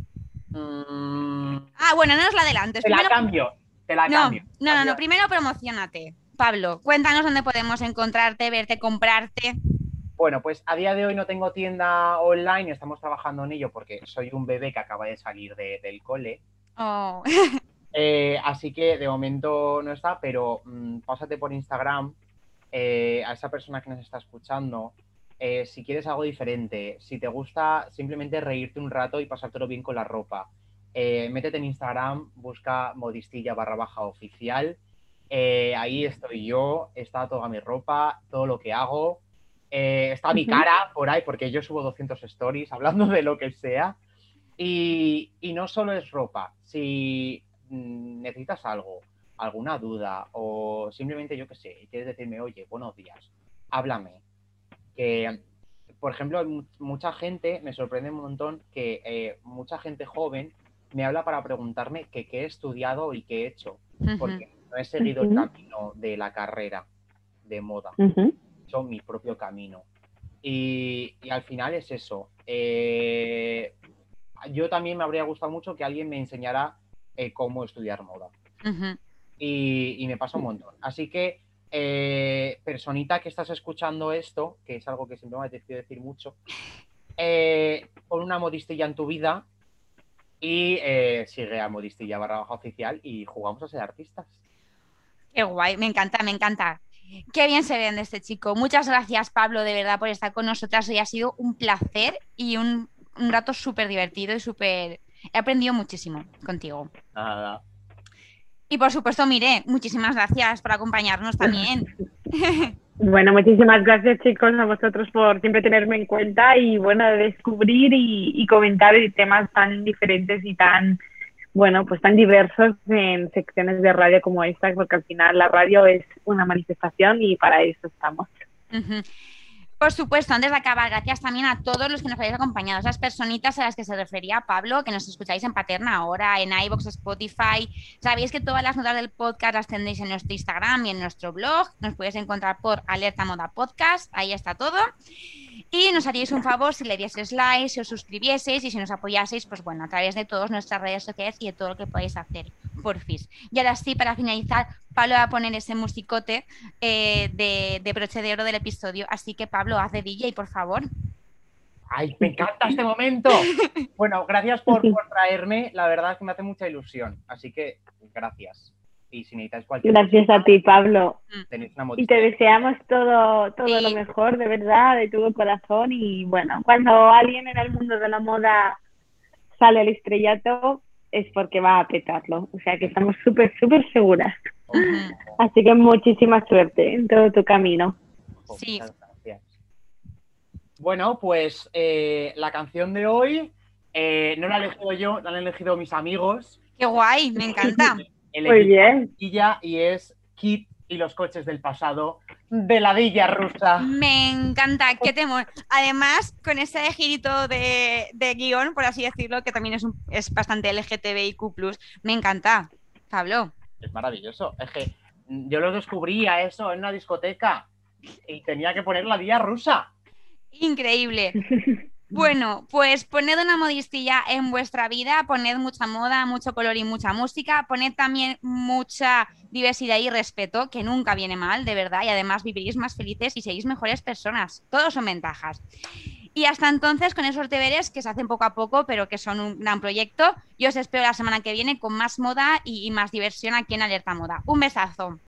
Mm, Ah, bueno, no nos la adelantes. te la Primero- cambio, te la No, cambio. no, no, no, primero promocionate. Pablo, cuéntanos dónde podemos encontrarte, verte, comprarte. Bueno, pues a día de hoy no tengo tienda online, estamos trabajando en ello porque soy un bebé que acaba de salir de- del cole. Oh. Eh, así que de momento no está, pero mm, pásate por Instagram eh, a esa persona que nos está escuchando. Eh, si quieres algo diferente, si te gusta simplemente reírte un rato y pasártelo bien con la ropa, eh, métete en Instagram, busca modistilla barra baja oficial. Eh, ahí estoy yo, está toda mi ropa, todo lo que hago. Eh, está mi Ujú. cara por ahí, porque yo subo doscientos stories hablando de lo que sea. Y, y no solo es ropa, si mm, necesitas algo, alguna duda o simplemente, yo qué sé, quieres decirme, oye, buenos días, háblame. Que, por ejemplo, hay mu- mucha gente, me sorprende un montón que eh, mucha gente joven me habla para preguntarme que qué he estudiado y qué he hecho, porque no he seguido el Ujú. camino de la carrera de moda, Ujú. he hecho mi propio camino. Y, y al final es eso. Eh, yo también me habría gustado mucho que alguien me enseñara eh, cómo estudiar moda. Ujú. Y, y me pasa un montón. Así que, eh, personita que estás escuchando esto, que es algo que siempre me ha decidido decir mucho, eh, pon una modistilla en tu vida y eh, sigue a modistilla barra baja oficial y jugamos a ser artistas. Qué guay, me encanta, me encanta. Qué bien se vende este chico. Muchas gracias, Pablo, de verdad, por estar con nosotras. Hoy ha sido un placer y un, un rato súper divertido y súper... He aprendido muchísimo contigo. Nada. Y por supuesto, Mire, muchísimas gracias por acompañarnos también. Bueno, muchísimas gracias, chicos, a vosotros por siempre tenerme en cuenta y, bueno, de descubrir y, y comentar temas tan diferentes y tan, bueno, pues tan diversos en secciones de radio como esta, porque al final la radio es una manifestación y para eso estamos. Ujú. Por supuesto, antes de acabar, gracias también a todos los que nos habéis acompañado, esas personitas a las que se refería Pablo, que nos escucháis en Paterna ahora, en iVoox, Spotify. Sabéis que todas las notas del podcast las tendréis en nuestro Instagram y en nuestro blog. Nos podéis encontrar por Alerta Moda Podcast, ahí está todo. Y nos haríais un favor si le dieseis like, si os suscribieseis y si nos apoyaseis, pues bueno, a través de todas nuestras redes sociales y de todo lo que podéis hacer, porfis. Y ahora sí, para finalizar, Pablo va a poner ese musicote eh, de, de broche de oro del episodio. Así que, Pablo, haz de D J, por favor. ¡Ay, me encanta este momento! Bueno, gracias por, por traerme. La verdad es que me hace mucha ilusión. Así que, gracias. Y si necesitáis cualquier Gracias cosa, a ti, Pablo. tenéis una Y te modistilla. deseamos todo, todo Sí. lo mejor, de verdad, de todo corazón. Y bueno, cuando alguien en el mundo de la moda sale al estrellato, es porque va a petarlo. O sea que estamos súper, súper seguras. Ujú. Así que muchísima suerte en todo tu camino. Oh, Sí. muchas gracias. Bueno, pues eh, la canción de hoy eh, no la he elegido yo, la han elegido mis amigos. Qué guay, me encanta. El Muy equipo bien. Modistilla, y es Kit y los coches del pasado de Ladilla Rusa. Me encanta, qué temor. Además, con ese girito de, de guión, por así decirlo, que también es, un, es bastante L G T B I Q plus, me encanta. Pablo. Es maravilloso. Es que yo lo descubrí a eso en una discoteca y tenía que poner Ladilla Rusa. Increíble. Bueno, pues poned una modistilla en vuestra vida, poned mucha moda, mucho color y mucha música, poned también mucha diversidad y respeto, que nunca viene mal, de verdad, y además viviréis más felices y seréis mejores personas. Todos son ventajas. Y hasta entonces, con esos deberes que se hacen poco a poco, pero que son un gran proyecto, yo os espero la semana que viene con más moda y, y más diversión aquí en Alerta Moda. Un besazo.